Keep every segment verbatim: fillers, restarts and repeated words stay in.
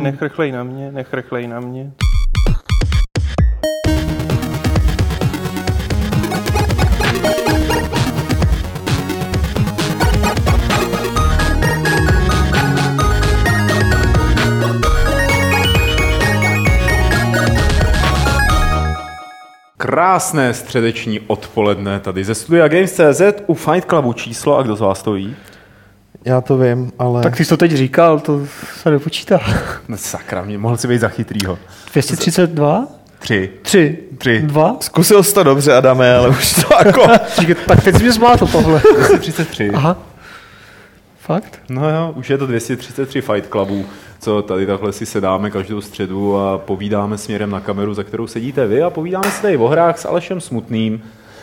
Nechrchlej na mě, nechrchlej na mě. Krásné středeční odpoledne tady ze studia Games tečka cé zet u Fight Clubu číslo, a kdo z vás stojí? Já to vím, ale... Tak ty jsi to teď říkal, to se nepočítá. No sakra, mě mohl si být za chytrýho. dvě stě třicet dva? Tři. Tři. Tři. Dva? Zkusil jsi to dobře, Adame, ale už to jako... Tak teď jsi mě zmátl tohle. dvě stě třicet tři. Aha. Fakt? No jo, už je to dvě stě třicet tři Fight Clubů, co tady takhle si sedáme každou středu a povídáme směrem na kameru, za kterou sedíte vy, a povídáme si tady o hrách s Alešem Smutným.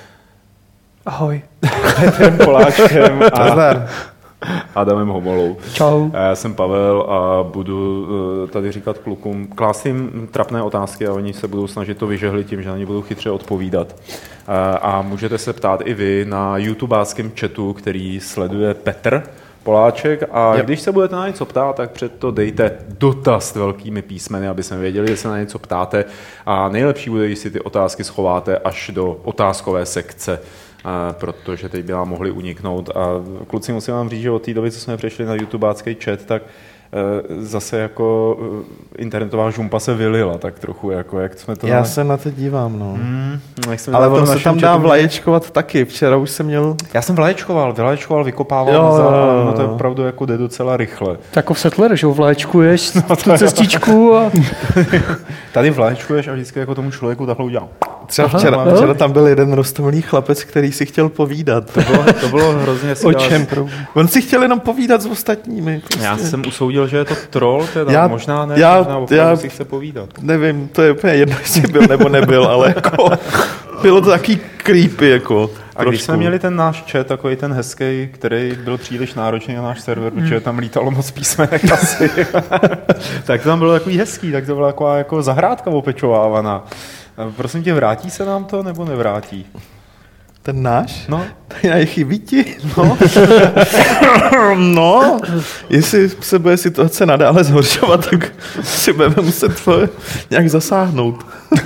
Ahoj. Petrem Poláčkem a Nazdar. Adamem Homolou. Čau. Já jsem Pavel a budu tady říkat klukům, klást jim trapné otázky a oni se budou snažit to vyžehlit tím, že na ně budou chytře odpovídat. A můžete se ptát i vy na YouTubáckém chatu, který sleduje Petr Poláček, a yep. Když se budete na něco ptát, tak před to dejte dotaz velkými písmeny, aby jsme věděli, že se na něco ptáte, a nejlepší bude, když si ty otázky schováte až do otázkové sekce, a protože teď by nám mohli uniknout. A kluci, musím vám říct, že od té doby, co jsme přešli na YouTubácký chat, tak zase jako internetová žumpa se vylila tak trochu, jako jak jsme to... Já na... se na to dívám, no. Mm, ale ono se tam dá vlaječkovat taky, včera už jsem měl... Já jsem vlaječkoval, vlaječkoval, vykopával, jo, za, no to je opravdu jako jde docela rychle. Tak jako v Settler, že ho vlaječkuješ no, tu cestičku a... Tady vlaječkuješ a vždycky jako tomu člověku takhle udělám. Třeba Aha, včera, no? včera tam byl jeden roztomilý chlapec, který si chtěl povídat. To bylo, to bylo hrozně... O čem? On si chtěl jenom povídat s ostatními. Prostě. Já jsem usoudil, že je to troll, teda já, možná ne, já, možná opravdu já, si chce povídat. Nevím, to je úplně jedno, jestli byl nebo nebyl, ale jako bylo to takový creepy, jako. A když jsme měli ten náš chat, takový ten hezký, který byl příliš náročný na náš server, hmm. protože tam lítalo moc písmenek asi, tak to tam bylo takový hezký, tak to byla taková jako zahrádka opečovávaná. Prosím tě, vrátí se nám to, nebo nevrátí? Ten náš? No. Já je chybíti? No. no. Jestli se bude situace nadále zhoršovat, tak si budeme muset to nějak zasáhnout.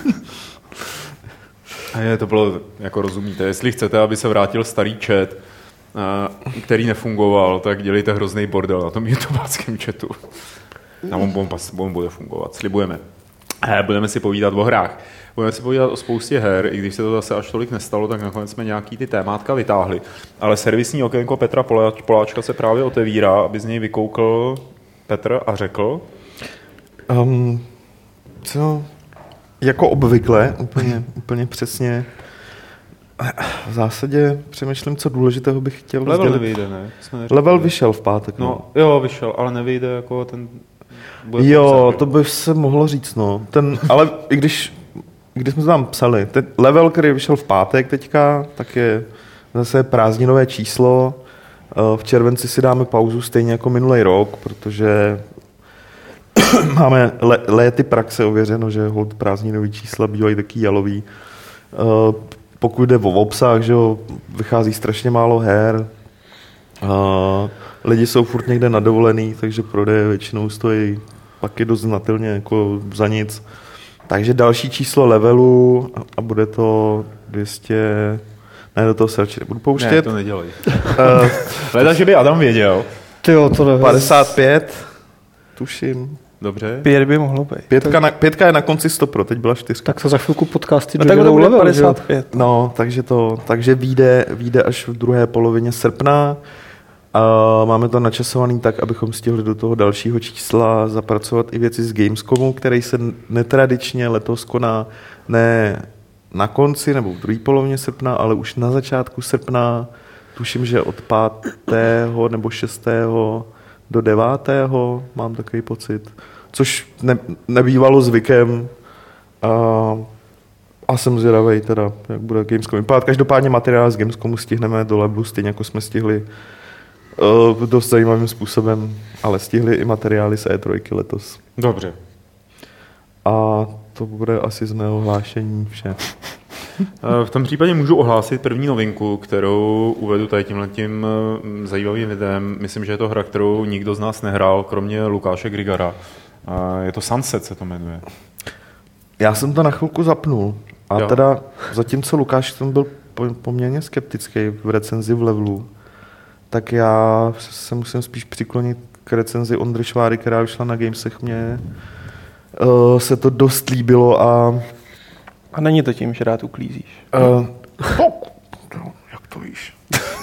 A je, to bylo, jako rozumíte, jestli chcete, aby se vrátil starý chat, který nefungoval, tak dělejte hrozný bordel na tom YouTubáckém chatu. A on, on, on bude fungovat, slibujeme. Budeme si povídat o hrách. Budeme si povídat o spoustě her, i když se to zase až tolik nestalo, tak nakonec jsme nějaký ty témátka vytáhli. Ale servisní okénko Petra Poláčka se právě otevírá, aby z něj vykoukl Petr a řekl... Um, co? Jako obvykle, úplně, úplně přesně. V zásadě přemýšlím, co důležitého bych chtěl Level nevyjde, ne? Level vyšel v pátek. No, no jo, vyšel, ale nevyjde jako ten... Jo, to by se mohlo říct, no. Ten, ale i když... Když jsme to tam psali, ten level, který vyšel v pátek teďka, tak je zase prázdninové číslo. V červenci si dáme pauzu stejně jako minulý rok, protože máme le, léty praxe ověřeno, že hold prázdninové čísla bývají taky jalový. Pokud jde o obsah, že jo, vychází strašně málo her, lidi jsou furt někde na dovolený, takže prodeje většinou stojí taky dost znatelně jako za nic. Takže další číslo levelu a bude to dvě stě... Ne, do toho search nebudu pouštět. Ne, to nedělej. uh, Leda, že by Adam věděl. Tyjo, to nevím. padesát pět, tuším. Dobře. Pět by mohlo být. Pětka, na, pětka je na konci sto pro, teď byla čtyřka. Tak to za chvilku podcasty no, dojdou level, padesát pět. No, takže to, takže vyjde, vyjde až v druhé polovině srpna. Uh, máme to načasovaný tak, abychom stihli do toho dalšího čísla zapracovat i věci z Gamescomu, který se netradičně letos koná ne na konci nebo v druhé polovině srpna, ale už na začátku srpna, tuším, že od pátého nebo šestého do devátého mám takový pocit, což ne, nebývalo zvykem. Uh, a jsem zvědavej teda, jak bude Gamescom vypadat. Každopádně materiál z Gamescomu stihneme do labu, stejně jako jsme stihli Uh, dost zajímavým způsobem, ale stihli i materiály z E tři letos. Dobře. A to bude asi z mého hlášení vše. V tom případě můžu ohlásit první novinku, kterou uvedu tady tímhletím zajímavým videem. Myslím, že je to hra, kterou nikdo z nás nehrál, kromě Lukáše Grigara. Je to Sunset, se to jmenuje. Já jsem to na chvilku zapnul. A jo. teda zatímco Lukáš jsem byl poměrně skeptický v recenzi v Levelu, tak já se musím spíš přiklonit k recenzi Ondry Šváry, která vyšla na Gamesech. Mně uh, se to dost líbilo a... A není to tím, že rád uklízíš? Uh, jak to víš?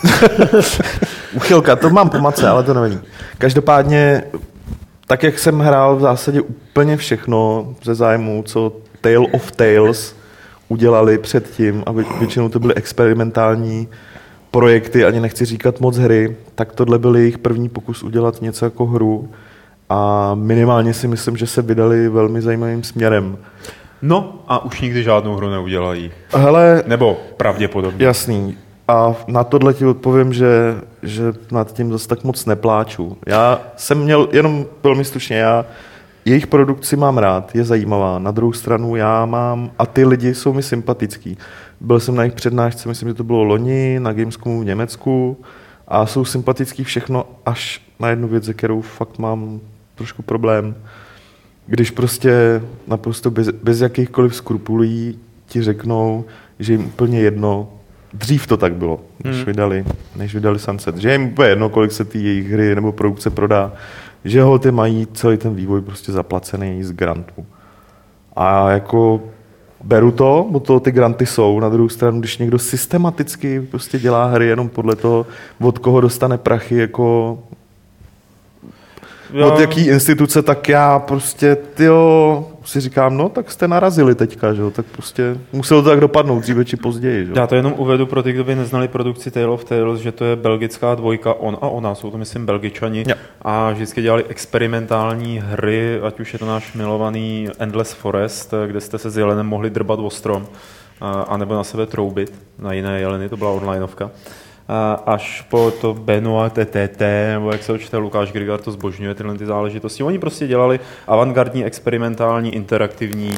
Uchylka, to mám po mace, ale to nevím. Každopádně, tak jak jsem hrál v zásadě úplně všechno ze zájmu, co Tale of Tales udělali předtím, a většinou to byly experimentální projekty, ani nechci říkat moc hry, tak tohle byl jejich první pokus udělat něco jako hru a minimálně si myslím, že se vydali velmi zajímavým směrem. No a už nikdy žádnou hru neudělají. Hele, nebo pravděpodobně. Jasný. A na tohle ti odpovím, že, že nad tím zase tak moc nepláču. Já jsem měl, jenom velmi stručně, já jejich produkci mám rád, je zajímavá. Na druhou stranu já mám, a ty lidi jsou mi sympatický. Byl jsem na jejich přednášce, myslím, že to bylo loni, na Gamescomu v Německu a jsou sympatický všechno až na jednu věc, ze kterou fakt mám trošku problém. Když prostě naprosto bez, bez jakýchkoliv skrupulí ti řeknou, že jim úplně jedno, dřív to tak bylo, než hmm. vydali, než vydali Sunset, že jim úplně jedno, kolik se ty jejich hry nebo produkce prodá, že ho ty mají celý ten vývoj prostě zaplacený z grantů. A jako beru to, bo to ty granty jsou. Na druhou stranu, když někdo systematicky prostě dělá hry jenom podle toho, od koho dostane prachy, jako jo. Od jaký instituce, tak já prostě, tyjo, si říkám, no, tak jste narazili teďka, že jo, tak prostě muselo to tak dopadnout dříve či později, že jo. Já to jenom uvedu pro ty, kdo by neznali produkci Tale of Tales, že to je belgická dvojka On a Ona, jsou to myslím Belgičani ja. A vždycky dělali experimentální hry, ať už je to náš milovaný Endless Forest, kde jste se s jelenem mohli drbat o strom, anebo na sebe troubit, na jiné jeleny, to byla onlineovka. Až po to Benoit T T T, nebo jak se očte, Lukáš Grigar to zbožňuje, tyhle ty záležitosti. Oni prostě dělali avantgardní, experimentální, interaktivní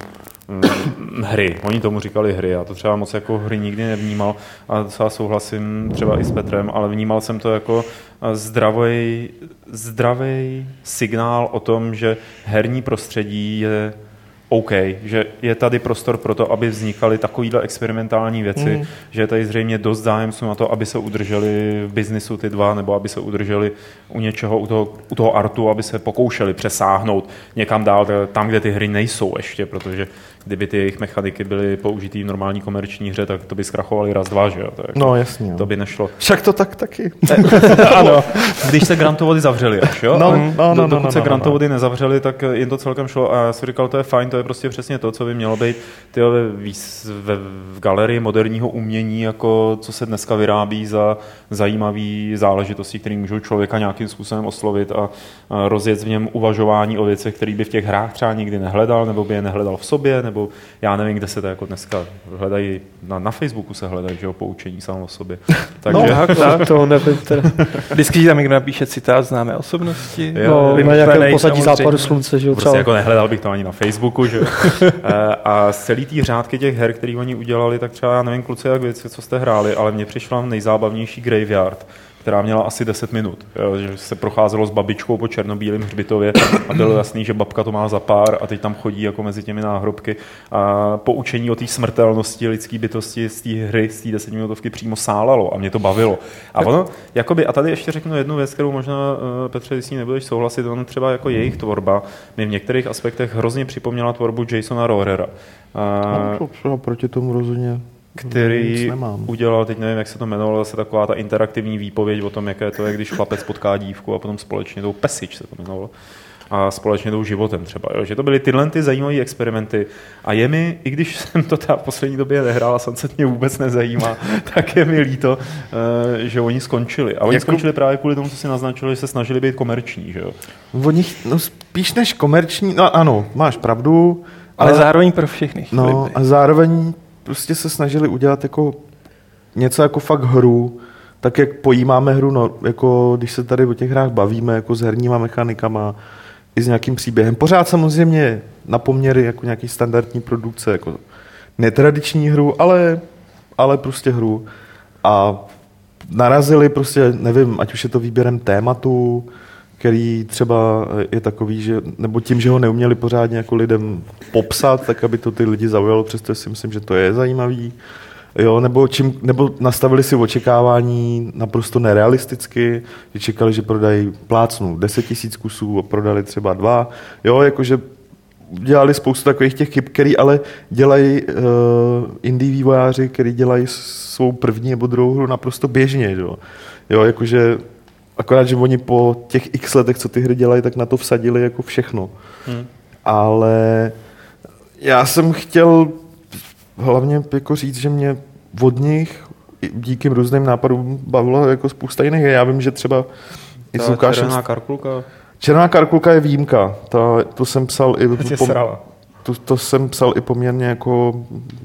mm, hry. Oni tomu říkali hry. Já to třeba moc jako hry nikdy nevnímal a docela souhlasím třeba i s Petrem, ale vnímal jsem to jako zdravej, zdravej signál o tom, že herní prostředí je OK, že je tady prostor pro to, aby vznikaly takovýhle experimentální věci, mm. že je tady zřejmě dost zájemců na to, aby se udrželi v biznisu ty dva, nebo aby se udrželi u něčeho, u toho, u toho artu, aby se pokoušeli přesáhnout někam dál, tam, kde ty hry nejsou ještě, protože kdyby ty jejich mechaniky byly použitý v normální komerční hře, tak to by zkrachovali raz, dva, že jo? Tak no jasně. To by nešlo. Však to tak taky. Ano, když se grantovody zavřeli až, jo? No, no, no, no, dokud no, se no, grantovody no. nezavřeli, tak jim to celkem šlo a já si říkal, to je fajn, to je prostě přesně to, co by mělo být tyjo, ve, ve, v galerii moderního umění, jako co se dneska vyrábí za zajímavý záležitosti, které můžou člověka nějakým způsobem oslovit a, a rozjet v něm uvažování o věcech, které by v těch hrách třeba nikdy nehledal, nebo by je nehledal v sobě, nebo já nevím, kde se to jako dneska hledají, na, na Facebooku se hledají, že jo, poučení sám o sobě. Takže no, tak, tak, to nevím teda. Vždycky tam někdo napíše citát známé osobnosti. Jo, no, na nějakém pozadí západu slunce, že jo. Prostě jako nehledal bych to ani na Facebooku, že jo. A z celý té řádky těch her, které oni udělali, tak třeba, já nevím, kluci, jak věci, co jste hráli, ale mně přišla nejzábavnější Graveyard, která měla asi deset minut, jo, že se procházelo s babičkou po černobílém hřbitově a bylo jasný, že babka to má za pár a teď tam chodí jako mezi těmi náhrobky a poučení o té smrtelnosti lidské bytosti z té hry, z té desetiminutovky přímo sálalo a mě to bavilo. A ono, jakoby, a tady ještě řeknu jednu věc, kterou možná, Petře, s ní nebudeš souhlasit, on třeba jako jejich tvorba mi v některých aspektech hrozně připomněla tvorbu Jasona Rohrera. No, to třeba proti tomu rozhodně který udělal, teď nevím, jak se to jmenovalo, zase taková ta interaktivní výpověď o tom, jaké to je, když chlapec potká dívku a potom společně jdou Pesič se to jmenovalo a společně jdou životem třeba. Jo? Že to byly tyhle ty zajímavé experimenty a je mi, i když jsem to ta v poslední době nehrál a Sunset mě vůbec nezajímá, tak je mi líto, že oni skončili. A oni jako... skončili právě kvůli tomu, co si naznačili, že se snažili být komerční. Že jo? Oni, no spíš než komerční, no ano, máš pravdu. Ale, ale zároveň pro všechny. No a zároveň prostě se snažili udělat jako něco jako fakt hru, tak jak pojímáme hru, no, jako když se tady o těch hrách bavíme, jako s herníma mechanikama, i s nějakým příběhem. Pořád samozřejmě na poměry jako nějaký standardní produkce, jako netradiční hru, ale, ale prostě hru. A narazili prostě, nevím, ať už je to výběrem tématu, který třeba je takový, že, nebo tím, že ho neuměli pořádně jako lidem popsat, tak aby to ty lidi zaujalo, přesto si myslím, že to je zajímavý. Jo, nebo, čím, nebo nastavili si očekávání naprosto nerealisticky, že čekali, že prodají plácnu deset tisíc kusů a prodali třeba dva. Jo, jakože dělali spoustu takových těch chyb, který ale dělají uh, indie vývojáři, který dělají svou první nebo druhou hru naprosto běžně. Jo, jo jakože akorát, že oni po těch x letech, co ty hry dělají, tak na to vsadili jako všechno. Hmm. Ale já jsem chtěl hlavně jako říct, že mě od nich díky různým nápadům bavilo jako spousta jiných. Já vím, že třeba i s Lukášem... Červená karkulka. Červená karkulka je výjimka. Ta, to jsem psal i... Pom, to, to jsem psal i poměrně jako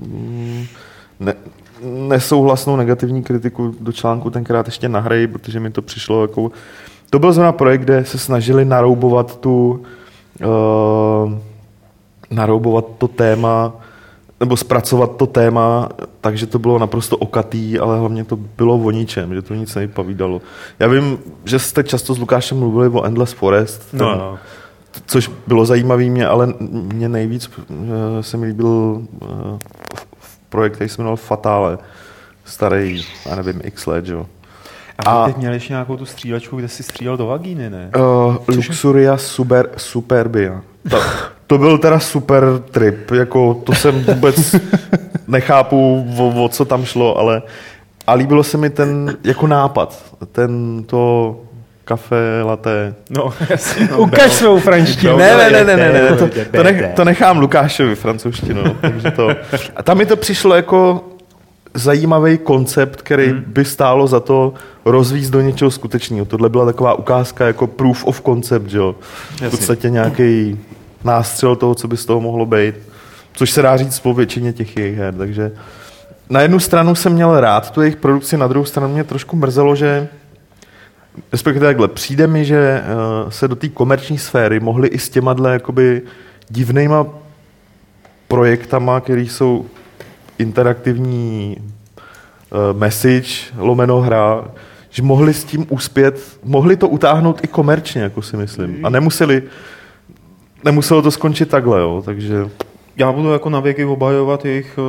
ne, nesouhlasnou negativní kritiku do článku tenkrát ještě na hry, protože mi to přišlo jako... To byl zrovna projekt, kde se snažili naroubovat tu... Uh, naroubovat to téma nebo zpracovat to téma, takže to bylo naprosto okatý, ale hlavně to bylo o ničem, že to nic nevypovídalo. Já vím, že jste často s Lukášem mluvili o Endless Forest, ten, no, no. což bylo zajímavé mě, ale mě nejvíc uh, se mi líbil uh, projekt, který se jmenoval Fatale, starý, já nevím, x let, jo. A, a teď měl ještě nějakou tu střílečku, kde si střílel do vagíny, ne? Uh, Luxuria super, Superbia. To, to byl teda super trip, jako to jsem vůbec nechápu, o, o co tam šlo, ale a líbilo se mi ten jako nápad, ten to kafe, latte. No, jasně. No, ukaž svou franštinu. Ne, ne, ne, ne, ne, ne, to, to, nech, to nechám Lukášovi francouzštinu. Takže to. A tam mi to přišlo jako zajímavý koncept, který hmm. by stálo za to rozvíjet do něčeho skutečného. Tohle byla taková ukázka jako proof of concept, jo. V podstatě nějaký nástřel toho, co by z toho mohlo být. Což se dá říct po většině těch jejich her. Takže na jednu stranu jsem měl rád tu jejich produkci, na druhou stranu mě trošku mrzelo, že respektive takhle, přijde mi, že uh, se do té komerční sféry mohli i s těma jakoby divnýma projektama, které jsou interaktivní uh, message, lomeno hra, že mohli s tím uspět, mohli to utáhnout i komerčně, jako si myslím. A nemuseli, nemuselo to skončit takhle, jo, takže... Já budu jako na věky obhajovat jejich,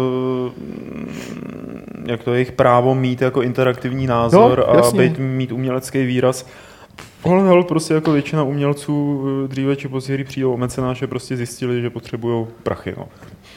jak to jejich právo mít jako interaktivní názor no, a být, mít umělecký výraz. Ale hel, prostě jako většina umělců dříve či později přijdou o mecenáše, prostě zjistili, že potřebují prachy. No.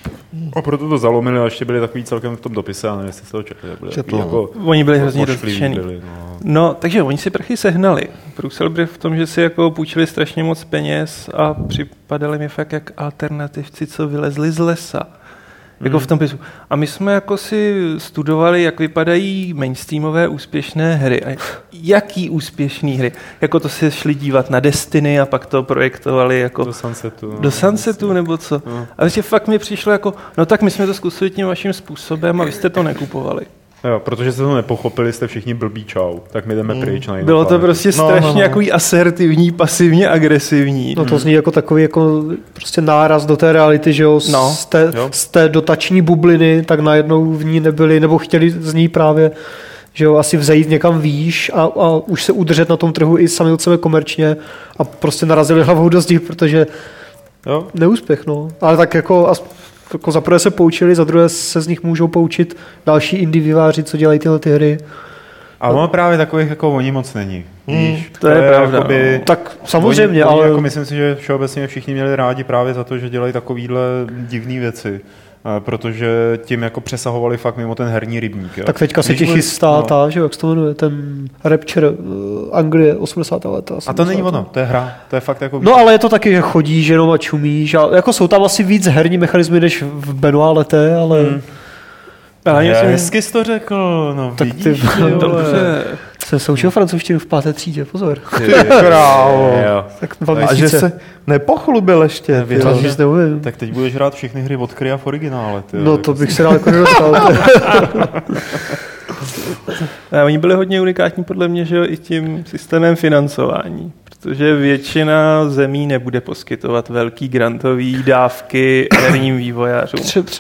A proto to zalomili a ještě byli takový celkem v tom dopise, a nevím, jestli se to četli. Byli Četlo. Jako, oni byli hrozně rozličení. No. no, takže oni si prachy sehnali. Brusel byl v tom, že si jako půjčili strašně moc peněz a připadali mi fakt jak alternativci, co vylezli z lesa. Jako v tom pisu. A my jsme jako si studovali, jak vypadají mainstreamové úspěšné hry. A jaký úspěšný hry? Jako to se šli dívat na Destiny a pak to projektovali jako... Do Sunsetu. No, do Sunsetu vlastně. Nebo co? No. A vlastně fakt mi přišlo jako, no tak my jsme to zkusili tím vaším způsobem a vy jste to nekupovali. Jo, protože jste to nepochopili, jste všichni blbý čau, tak my jdeme pryč na jinou Bylo to planetu. prostě no, strašně no, no. jako asertivní, pasivně agresivní. No to zní jako takový jako prostě náraz do té reality, že jo, no, z, té, jo. z té dotační bubliny, tak najednou v ní nebyli, nebo chtěli z ní právě, že jo, asi vzejít někam výš a, a už se udržet na tom trhu i sami od sebe komerčně a prostě narazili hlavou do zdi, protože jo. neúspěch, no. Ale tak jako Jako za prvé se poučili, za druhé se z nich můžou poučit další indie výváři, co dělají tyhle ty hry. A ono právě takových jako oni moc není. Hmm, Víš, to, to je, je pravda. Jakoby, tak samozřejmě, oni, ale... Oni jako myslím si, že všeobecně všichni měli rádi právě za to, že dělají takovýhle divné věci. Protože tím jako přesahovali fakt mimo ten herní rybník. Jo. Tak teďka se ti chystá no. ta, že jak se to jmenuje, ten Rapture uh, Anglie osmdesátá léta. A to není ono, to je hra, to je fakt jako... No ale je to taky, že chodíš jenom a čumíš a jako jsou tam asi víc herní mechanismy než v Benoit Leté, ale... Hmm. Ale já, hezky jsi to řekl, no tak vidíš, ty, jo, dobře. Jsem se učil francouzštinu v páté třídě, pozor. Krávo. Tak dva a že se nepochlubil ještě. Ty, tak teď budeš hrát všechny hry od Cria v originále. Ty, no to bych se rád jako nedostal. Oni byli hodně unikátní podle mě, že jo, i tím systémem financování. Protože většina zemí nebude poskytovat velký grantový dávky herním vývojářům. Tře, tře,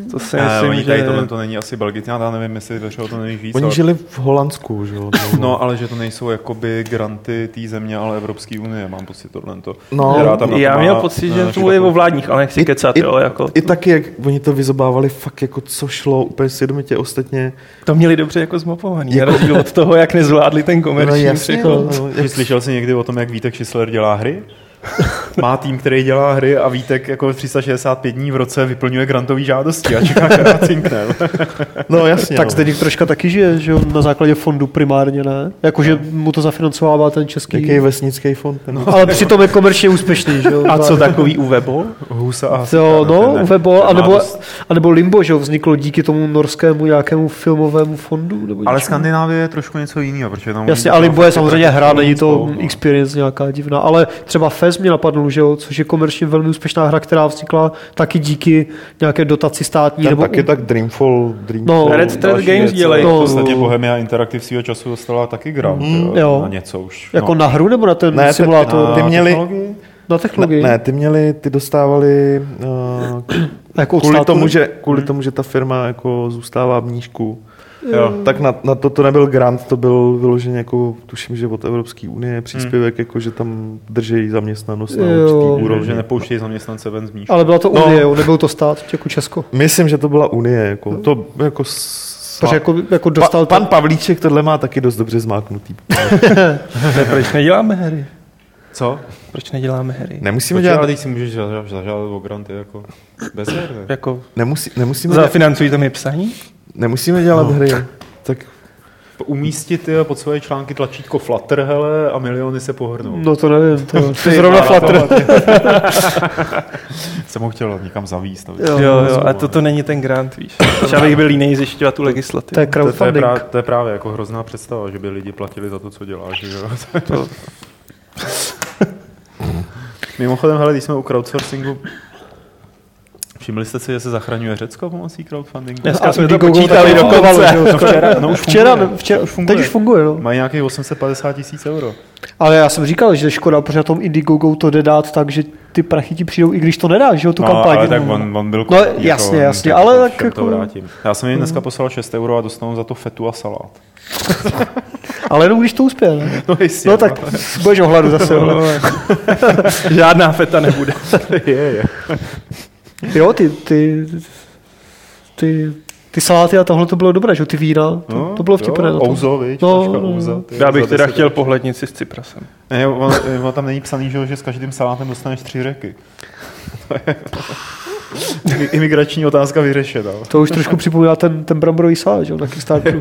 To si myslím, myslím, oni že... tady tohle to není asi Belgici, já nevím, jestli o to nevíš víc. Oni ale... žili v Holandsku, že jo? No, ale že to nejsou jakoby granty té země, ale Evropské unie, mám pocit tohle. No, já měl pocit, že to mluví o vládních, ale nechci kecat, i, jo, jako... I taky, jak oni to vyzobávali fakt jako co šlo, úplně svědomitě ostatně. To měli dobře jako zmapovaný, jako... na rozdíl od toho, jak nezvládli ten komerční no, přechod. No, jak... Slyšel jsi někdy o tom, jak Vítek Šisler dělá hry? Má tým, který dělá hry a Vítek jako tři sta šedesát pět dní v roce vyplňuje grantové žádosti a čeká, která cinkne. No jasně. Tak no. Zdeněk troška taky žije, že jo, na základě fondu primárně, ne? Jakože mu to zafinancovává ten český... Jaký vesnický fond? No. Ale přitom je komerčně úspěšný, že jo. A co takový U V B O? Husa a to, no, U V B O, anebo, anebo Limbo, že jo, vzniklo díky tomu norskému nějakému filmovému fondu. Nebo ale Skandinávie je trošku něco jiného, protože tam... Jasně, a Limbo je samozřejmě hra, není to experience nějaká divná, ale třeba Fez mě napadnul, že jo, což je komerčně velmi úspěšná hra, která vznikla taky díky nějaké dotaci státní. Tak nebo taky tak Dreamfall, Dreamfall. No, Red Thread Games dělají. No, v podstatě Bohemia Interactive svýho času dostala taky grant, mm, jo, jo. Na něco už. Jako no. na hru nebo na ten ne, simulátor? Na ty měli, technologii? Na technologii? Ne, ne, ty měli, ty dostávali uh, jako kvůli, tomu, že, kvůli hmm. tomu, že ta firma jako zůstává v nížku. Jo. Tak na, na to to nebyl grant, to byl vyloženě jako, tuším, že od Evropské unie příspěvek, hmm. jako, že tam drží zaměstnanost na určitý úrovni. Že nepouštějí zaměstnance ven z míšku. Ale byla to no. Unie, jo, nebyl to stát, jako Česko. Myslím, že to byla Unie, jako, to jako... Protože jako, jako dostal... Pa, pan Pavlíček tohle má taky dost dobře zmáknutý. Proč neděláme hry? Co? Proč neděláme hry? Nemusíme Proč dělat... Ale teď si můžeš zažádat o granty jako bez her, ne? Jako... Nemusí, nemusíme Zafinancujte mi psaní? Nemusíme dělat no. hry. Tak... Umístit je pod svoje články tlačítko Flutter, hele, a miliony se pohrnou. No to nevím, to, to je zrovna Flutter. Jsem ho chtěl někam zavíst. Jo, jo, jo, a to, to není ten grant, víš. Třeba bych byl jiný zjišťovat tu legislativu. To je crowdfunding. To, to, je právě, to je právě jako hrozná představa, že by lidi platili za to, co děláš. Že jo? To... Mimochodem, hele, když jsme u crowdsourcingu, všimli jste si, že se zachraňuje Řecko pomocí crowdfundingu? Dneska jsme to počítali dokonce. No včera, no už včera, funguje. včera, už funguje. Teď už funguje, no. Mají nějakých osm set padesát tisíc euro. Ale já jsem říkal, že škoda, protože na tom Indiegogo to jde dát tak, že ty prachy ti přijdou, i když to nedáš, že jo, tu no, kampaň. Ale tak on, on byl no, jasně, jako, jasně, ale tak jako... to vrátím. Já jsem jim dneska poslal šest euro a dostanu za to fetu a salát. Ale jenom když to uspěje, ne? No, jistě, no tak budeš ohladu zase. No, žádná feta nebude. je, je. Jo, ty, ty, ty, ty saláty a tohle to bylo dobré, že ty vína, to, no, to bylo vtipné. Jo, ouzo, víš, no, no, ouza. Já bych teda chtěl pohlednici s Cyprasem. Ne, on, on tam není psaný, že s každým salátem dostaneš tři řeky. Imigrační otázka vyřešená. To už trošku připomíná ten, ten bramborový salát, že jo, na Kickstarteru.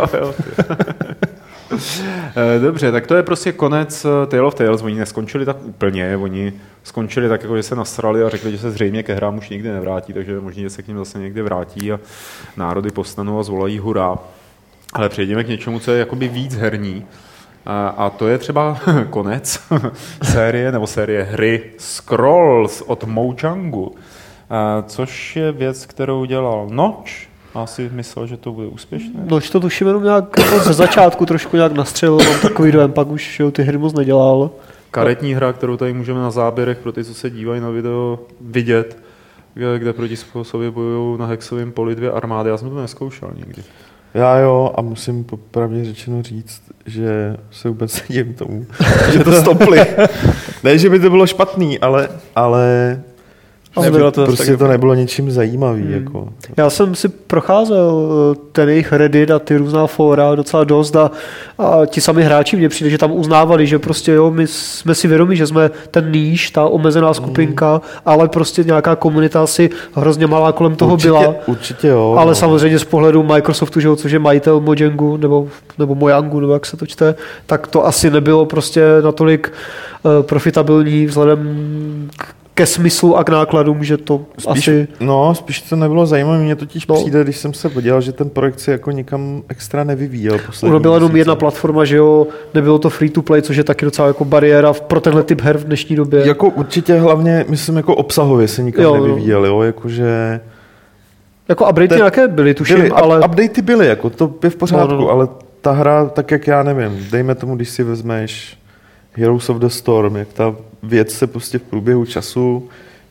Dobře, tak to je prostě konec Tale of Tales. Oni neskončili tak úplně, oni skončili tak, jako že se nasrali a řekli, že se zřejmě ke hrám už nikdy nevrátí, takže možná, že se k ním zase někdy vrátí a národy povstanou a zvolají hurá. Ale přejdeme k něčemu, co je jakoby víc herní. A, a to je třeba konec série, nebo série hry Scrolls od Mojangu, a, což je věc, kterou dělal Notch. A si myslel, že to bude úspěšné? Noč to tuším jenom nějak jako ze začátku trošku nějak nastřelil, mám takový dojem, pak už jo, ty hry moc nedělal. Karetní hra, kterou tady můžeme na záběrech pro ty, co se dívají na video, vidět, kde, kde proti sobě bojují na hexovém poli dvě armády. Já jsem to nezkoušel nikdy. Já jo, a musím popravdě řečeno říct, že se vůbec nedivím tomu, že to stopli. Ne, že by to bylo špatný, ale, ale nebylo to prostě tak... to nebylo ničím zajímavý. Hmm. Jako. Já jsem si procházel ten jejich Reddit a ty různá fóra docela dost a, a ti sami hráči mě přijde, že tam uznávali, že prostě jo, my jsme si vědomí, že jsme ten níž, ta omezená skupinka, hmm. ale prostě nějaká komunita asi hrozně malá kolem toho určitě, byla. Určitě jo. Ale no. samozřejmě z pohledu Microsoftu, že jo, což je majitel Mojangu nebo, nebo Mojangu, nebo jak se to čte, tak to asi nebylo prostě natolik uh, profitabilní vzhledem k ke smyslu a k nákladům, že to spíš, asi... No, spíš to nebylo zajímavé. Mně totiž no. přijde, když jsem se podíval, že ten projekt se jako nikam extra nevyvíjel. Ono byla jenom jedna platforma, že jo, nebylo to free to play, což je taky docela jako bariéra pro tenhle typ her v dnešní době. Jako určitě hlavně, myslím, jako obsahově se nikam jo, nevyvíjel, jo, jakože... Jako updatey ten... nějaké byly, tuším, byly, ale... Updatey byly, jako to je v pořádku, no, no, no. ale ta hra, tak jak já nevím, dejme tomu, když si vezmeš Heroes of the Storm, jak ta věc se prostě v průběhu času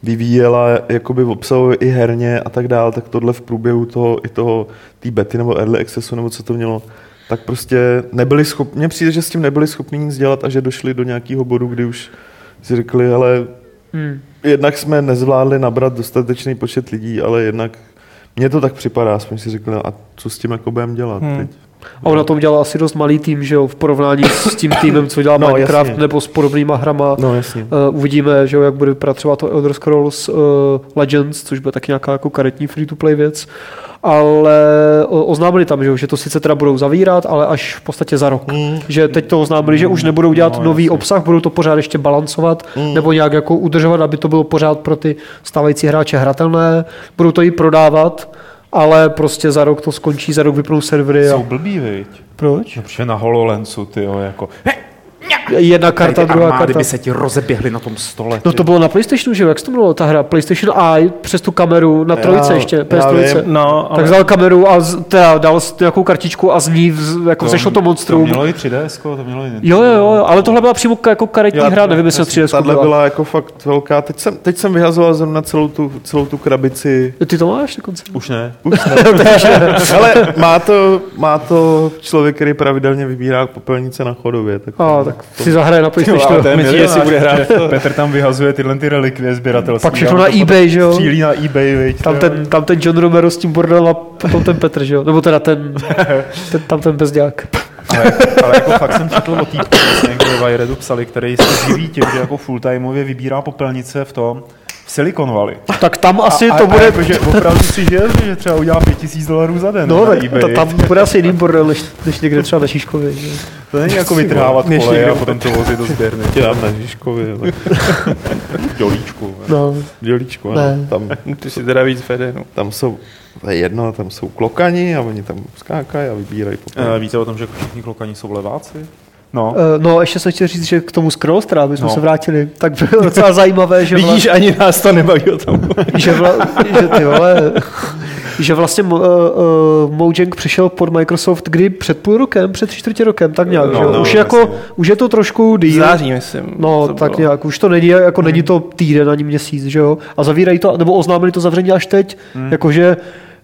vyvíjela jakoby obsahově i herně a tak dál, tak tohle v průběhu toho i toho té bety nebo early accessu nebo co to mělo, tak prostě nebyli schopni, mně přijde, že s tím nebyli schopni nic dělat a že došli do nějakého bodu, kdy už si řekli, ale hmm. jednak jsme nezvládli nabrat dostatečný počet lidí, ale jednak mně to tak připadá, aspoň si řekli, a co s tím jako budeme dělat hmm. teď. A on na tom dělal asi dost malý tým, že jo, v porovnání s tím týmem, co dělá no, Minecraft jasně. nebo s podobnýma hrama. No, jasně. Uh, uvidíme, že jo, jak bude vypadat třeba to Elder Scrolls uh, Legends, což bude taky nějaká jako karetní free-to-play věc. Ale oznámili tam, že, jo, že to sice teda budou zavírat, ale až v podstatě za rok. Mm. Že teď to oznámili, že už nebudou dělat no, nový jasně. obsah, budou to pořád ještě balancovat, mm. nebo nějak jako udržovat, aby to bylo pořád pro ty stávající hráče hratelné. Budou to i prodávat, ale prostě za rok to skončí, za rok vypnou servery. Jsou a... blbý, viď? Proč? No, protože na HoloLensu, tyjo, jako... Jedna karta, druhá karta. Kdyby se ti rozeběhly na tom stole. No to bylo na PlayStationu, že jo? Jak se to bylo ta hra? PlayStation Eye přes tu kameru na trojice já, ještě. P S tři. No, ale... Tak vzal kameru a z, teda dal nějakou kartičku a z ní vz, jako to, zešlo to monstrum. To mělo i tři D S, to mělo i... Jo, jo, jo, ale tohle byla přímo jako karetní já, hra, nevím, jestli tři D S byla. Tahle byla jako fakt velká. Teď jsem, teď jsem vyhazoval zrovna celou tu, celou tu krabici. Ty to máš dokonce? Už ne. Už ne. Ale má to, má to člověk, který pravidelně vybírá popelnice na Chodově. Tak, a, tak si zahraje na PlayStation. Myslí, jestli bude hrát. Petr tam vyhazuje tyhle ty relikvie sběratelství. Pak všechno na eBay, že jo? Střílí na eBay, viď. Tam ten, tam ten John Romero s tím bordelem a potom ten Petr, že jo? Nebo teda ten, ten tam ten bezďák. Ale, ale jako fakt jsem četl o týpku, někde ve Wiredu psali, který se živí tím, že jako fulltimeově vybírá popelnice v tom, v Silicon Valley. Tak tam asi a, to a, bude... A jakože opravdu si žije, že třeba udělá pět tisíc dolarů za den no, na eBay. No, tam bude asi jiný bordel, než, než někde třeba na Žižkově. Že? To není jako vytrhávat koleje a potom to vozit do sběrny. Dělám na Žižkově. Dělíčku. No. Dělíčku, ano. Tam, ty si teda víc vede, no. Tam jsou, to je jedno, tam jsou klokani a oni tam skákají a vybírají popelnice. Víte o tom, že všichni klokani jsou leváci? No. Uh, no, ještě jsem chtěl říct, že k tomu Scrolls, teda, aby jsme no. se vrátili, tak bylo docela zajímavé, že... Vidíš, vla... ani nás to nebaví o tom. že, vla... že ty vole... že vlastně uh, uh, Mojang přišel pod Microsoft kdy před půl rokem, před tři čtvrtě rokem, tak nějak, no, že? No, už, jako, už je to trošku díl. Září, myslím. No, tak bylo. Nějak, už to není, jako hmm. není to týden ani měsíc, že jo? A zavírají to, nebo oznámili to zavření až teď, hmm. jakože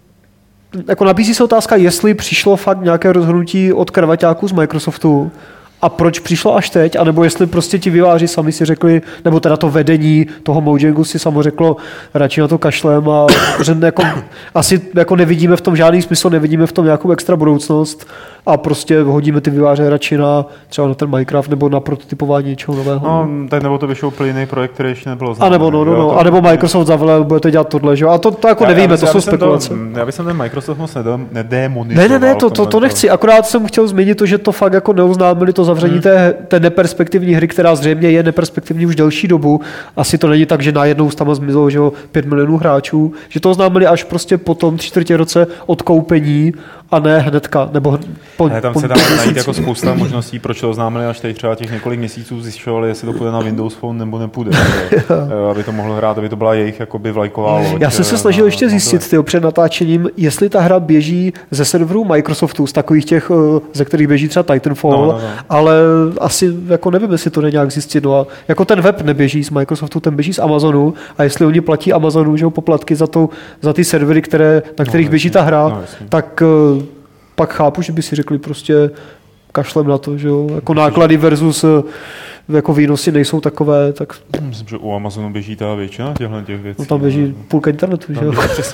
jako nabízí se otázka, jestli přišlo fakt nějaké rozhodnutí od kravaťáků z Microsoftu, a proč přišlo až teď, anebo jestli prostě ti výváři sami si řekli, nebo teda to vedení toho Mojangu si samo řeklo, radši na to kašlem a že jako, asi jako nevidíme v tom žádný smysl, nevidíme v tom nějakou extra budoucnost a prostě hodíme ty výváře radši na třeba na ten Minecraft nebo na prototypování něčeho nového. No, tak nebo to vyšel úplně jiný projekt, který ještě nebylo známý. A nebo, no, no, no, a nebo Microsoft zavolal, budete dělat tohle, že jo? A to, to jako já, nevíme, já to jsou spekulace. To, já bych ten Microsoft moc nedemonizoval. Ne, ne, ne, to, to, to nechci. Akorát jsem chtěl zmínit to, že to fakt jako neoznámili to zavření hmm. té, té neperspektivní hry, která zřejmě je neperspektivní už delší dobu. Asi to není tak, že najednou tam zmizelo, že jo, pět milionů hráčů, že to oznámili až prostě po tom tři čtvrtě roce od koupení a ne hnedka, nebo po, ne, tam po, se dá najít jako spousta možností, proč to oznámili až teď třeba těch několik měsíců zjišťovali, jestli to půjde na Windows Phone nebo nepůjde, aby to mohlo hrát, aby to byla jejich jakoby vlajková loď. Já jsem se snažil ještě zjistit tyjo, před natáčením, jestli ta hra běží ze serverů Microsoftu, z takových těch, ze kterých běží třeba Titanfall, no, no, no. ale asi jako nevím, jestli to jde nějak zjistit. No, jako ten web neběží z Microsoftu, ten běží z Amazonu a jestli oni platí Amazonu, že jo, poplatky za, to, za ty servery, které, na kterých no, běží ta hra, no, tak pak chápu, že by si řekli prostě kašlem na to, že jo, jako náklady versus jako výnosy nejsou takové, tak... Myslím, že u Amazonu běží ta většina těchto těch věcí. No tam běží půlka internetu, že jo.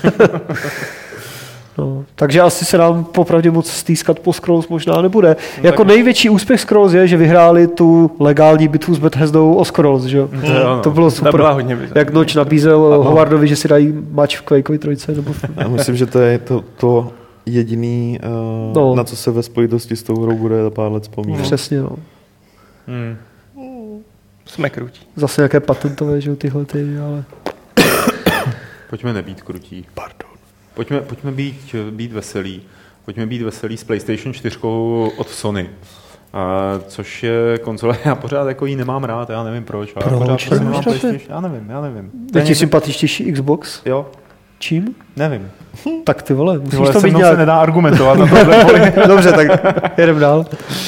No, takže asi se nám popravdě moc stýskat po Scrolls možná nebude. No, jako tak... největší úspěch Scrolls je, že vyhráli tu legální bitvu s Bethesdou o Scrolls, že jo. Mm. To, to bylo super. To hodně jak Noč nabízel ano. Howardovi, že si dají mač v Quakeovi trojce. Nebo... Já myslím, že to je to, to jediný, uh, no. na co se ve spojitosti s tou hrou bude za pár let vzpomínat. Přesně, no. Hmm. Jsme krutí. Zase nějaké patentové, že jo, tyhle ty, ale... Pojďme nebýt krutí. Pardon. Pojďme, pojďme být, být veselí. Pojďme být veselí s PlayStation čtyři od Sony. A, což je konzole, já pořád jako jí nemám rád, já nevím proč. proč? Já pořád prostě nemám PlayStation, já nevím, já nevím. Je ti sympatičtější Xbox? Jo. Čím? Nevím. Tak ty vole, musíš vole, to mít nějak... se nedá argumentovat na tohle poli. Dobře, tak jedem dál.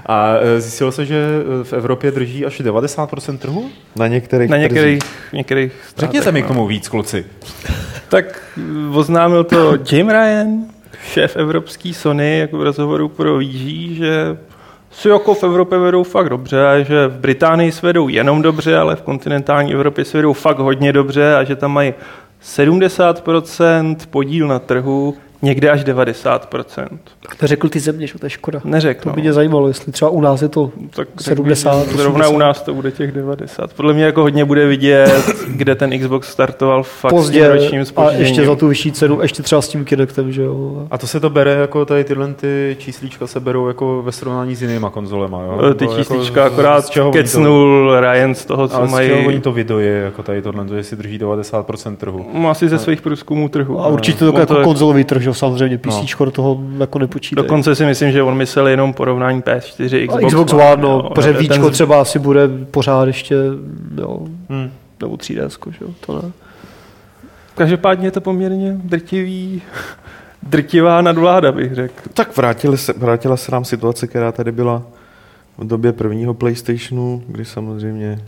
A zjistilo se, že v Evropě drží až devadesát procent trhu? Na některých Na některých, některých státech. Řekněte mi k tomu víc, kluci. Tak oznámil to Jim Ryan, šéf evropský Sony, jako v rozhovoru pro V G, že si jako v Evropě vedou fakt dobře a že v Británii se vedou jenom dobře, ale v kontinentální Evropě se vedou fakt hodně dobře a že tam mají sedmdesát procent podíl na trhu, někde až devadesát procent. Neřekl ty země, že to je škoda. Neřekl. To by mě zajímalo, jestli třeba u nás je to tak sedmdesát. Zrovna u nás to bude těch devadesát. Podle mě jako hodně bude vidět, kde ten Xbox startoval fakt pozdě ročním zpožděním. A ještě za tu vyšší cenu, ještě třeba s tím Kinectem, že jo. A to se to bere, jako tady tyhle ty číslíčka se berou jako ve srovnání s jinýma konzolema, jo? Ty Nebo číslíčka jako akorát kecnul Ryan z toho, co ale mají. Ale z čeho oni to vydoje, jako tady tohle, že si drží devadesát procent trhu? No, asi ze svých průzkumů trhu. A určitě to, to jako konzolový trh, že samozřejmě PCčko do toho jako nepočítá. Dokonce si myslím, že on myslel jenom porovnání P S čtyři, Xbox, Xbox One, no, jo, protože víčko ten... třeba asi bude pořád ještě, jo, hmm. nebo tři D S, že jo, to ne. Každopádně je to poměrně drtivý, drtivá nadvláda, bych řekl. Tak vrátila se, vrátila se nám situace, která tady byla v době prvního PlayStationu, kdy samozřejmě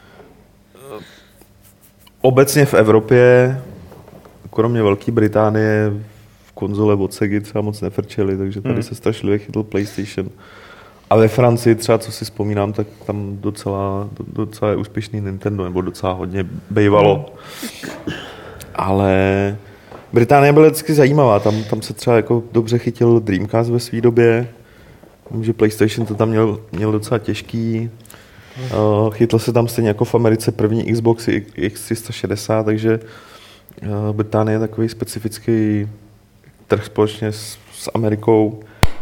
obecně v Evropě, kromě Velké Británie, konzole od Segy třeba moc nefrčely, takže tady hmm. se strašlivě chytl PlayStation. A ve Francii třeba, co si vzpomínám, tak tam docela, docela je úspěšný Nintendo, nebo docela hodně bejvalo. Hmm. Ale Británie byla vždycky zajímavá, tam, tam se třeba jako dobře chytil Dreamcast ve své době, že PlayStation to tam měl, měl docela těžký. Uh, chytl se tam stejně jako v Americe první Xbox X tři sta šedesát, takže uh, Británie je takový specifický trh společně s, s Amerikou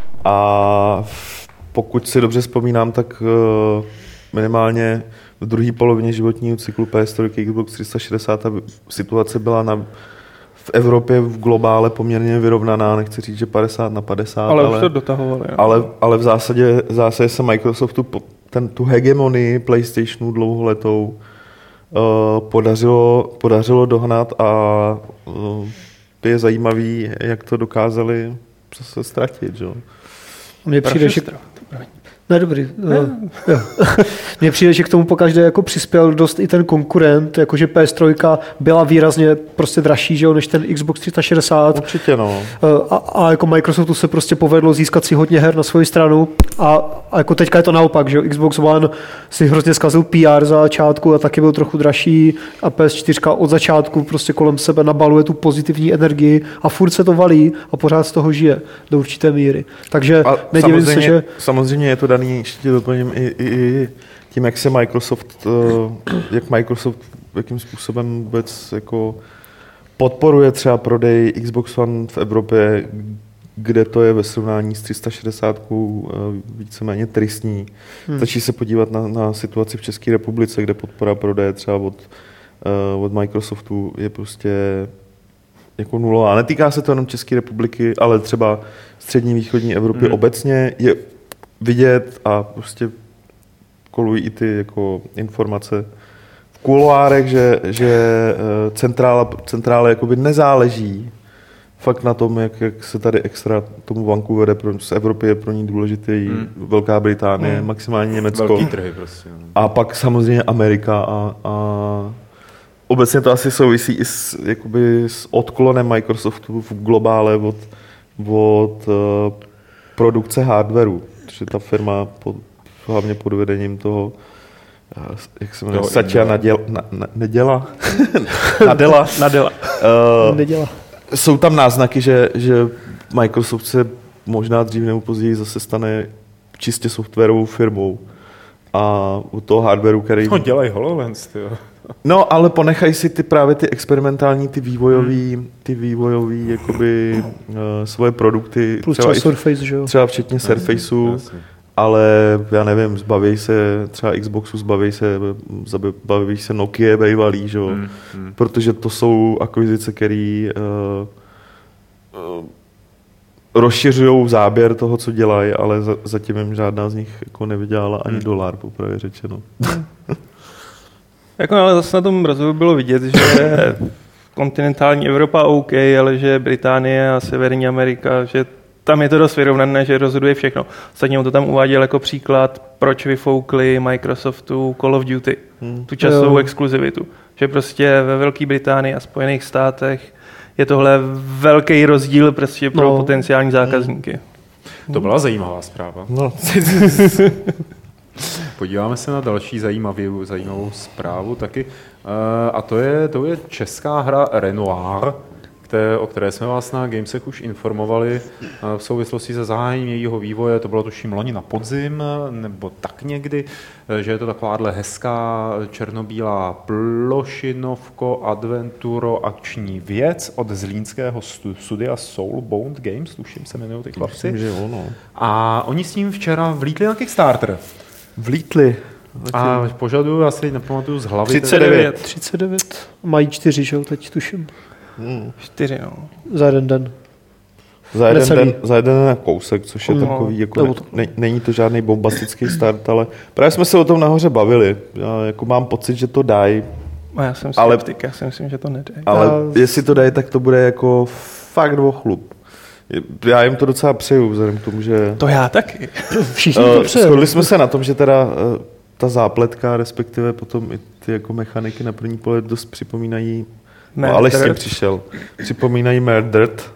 a pokud si dobře vzpomínám, tak uh, minimálně v druhé polovině životního cyklu P S tři Xbox tři sta šedesát ta situace byla na, v Evropě v globále poměrně vyrovnaná, nechci říct, že padesát na padesát, ale, ale, už to dotahovali, ale, ale v zásadě, v zásadě se Microsoftu ten, tu hegemonii PlayStationu dlouholetou uh, podařilo, podařilo dohnat a uh, je zajímavý, jak to dokázali se ztratit. Že? Mně přijde, že... Ne, dobrý. Ne. Jo. Mně přijde, že k tomu pokaždé jako přispěl dost i ten konkurent, jakože P S tři byla výrazně prostě dražší, že jo, než ten Xbox tři sta šedesát. Určitě, no. A, a jako Microsoftu se prostě povedlo získat si hodně her na svoji stranu a, a jako teďka je to naopak, že jo, Xbox One si hrozně zkazil P R za začátku a taky byl trochu dražší a P S čtyři od začátku prostě kolem sebe nabaluje tu pozitivní energii a furt se to valí a pořád z toho žije do určité míry. Takže nedivím se, že... Samozřejmě je to daný, ještě doplním, i, i, i tím, jak se Microsoft, jak Microsoft jakým způsobem vůbec jako podporuje třeba prodej Xbox One v Evropě, kde to je ve srovnání s tři sta šedesát víceméně tristní. Hmm. Stačí se podívat na, na situaci v České republice, kde podpora prodeje třeba od, uh, od Microsoftu je prostě jako nulová. Netýká se to jenom České republiky, ale třeba střední východní Evropy hmm. obecně je vidět a prostě kolují i ty jako informace v kuloárech, že, že centrála, centrála jakoby nezáleží fakt na tom, jak, jak se tady extra tomu Vancouveru, z Evropy je pro ní důležitý hmm. Velká Británie, hmm. maximálně Německo. Velký trhy prostě. A pak samozřejmě Amerika a, a obecně to asi souvisí i s, jakoby s odklonem Microsoftu v globále od, od uh, produkce hardwareu. Protože ta firma pod, hlavně pod vedením toho, jak se jmenuje, Satya Nadella, na, na, Neděla? Nadella. Nadella. Uh, Neděla. Jsou tam náznaky, že, že Microsoft se možná dřív nebo později zase stane čistě softwarovou firmou. A u toho hardwareu, který... No, dělají HoloLens, tyjo. No, ale ponechají si ty právě ty experimentální, ty vývojový, hmm. ty vývojový, jakoby uh, svoje produkty. Plus třeba, třeba Surface, že jo? Třeba včetně no, Surfaceu, jasný. Ale já nevím, zbaví se třeba Xboxu, zbaví se, zbaví se Nokia, bejvalý, že jo? Hmm. Hmm. Protože to jsou akvizice, které uh, uh, rozšiřují záběr toho, co dělají, ale za, zatím jim žádná z nich jako nevydělala ani hmm. dolar, popravě řečeno. Jako, ale zase na tom rozhovoru bylo vidět, že kontinentální Evropa OK, ale že Británie a Severní Amerika, že tam je to dost vyrovnané, že rozhoduje všechno. Ostatně on to tam uváděl jako příklad, proč vyfoukli Microsoftu Call of Duty, hmm. tu časovou jo. exkluzivitu. Že prostě ve Velké Británii a Spojených státech je tohle velký rozdíl prostě pro no. potenciální zákazníky. Hmm. To byla zajímavá zpráva. No. Podíváme se na další zajímavou, zajímavou zprávu taky. A to je, to je česká hra Renoir, které, o které jsme vás na Gamesech už informovali v souvislosti se zahájením jejího vývoje. To bylo tuším loni na podzim, nebo tak někdy, že je to takováhle hezká černobílá plošinovko adventuro akční věc od zlínského studia Soulbound Games, tuším se jmenují ty chlapci. Myslím, že ono. A oni s tím včera vlítli na Kickstarter. Vlítli. A požaduju, asi nepamatuju z hlavy. třicet devět. třicet devět. Mají čtyři, že jo, teď tuším. Hmm. Čtyři, no. Za jeden den. Za jeden den, za jeden den kousek, což je no, takový, jako ne, to. ne, není to žádný bombastický start, ale právě jsme se o tom nahoře bavili. Já jako mám pocit, že to dají. A já jsem skeptik, já si myslím, že to nedají. Ale já... jestli to dají, tak to bude jako fakt dvochlup. Já jim to docela přeju, vzhledem k tomu, že... To já taky. Všichni to přeju. Shodli jsme se na tom, že teda ta zápletka, respektive potom i ty jako mechaniky na první pohled dost připomínají, no, ale s tím přišel, připomínají Murdered.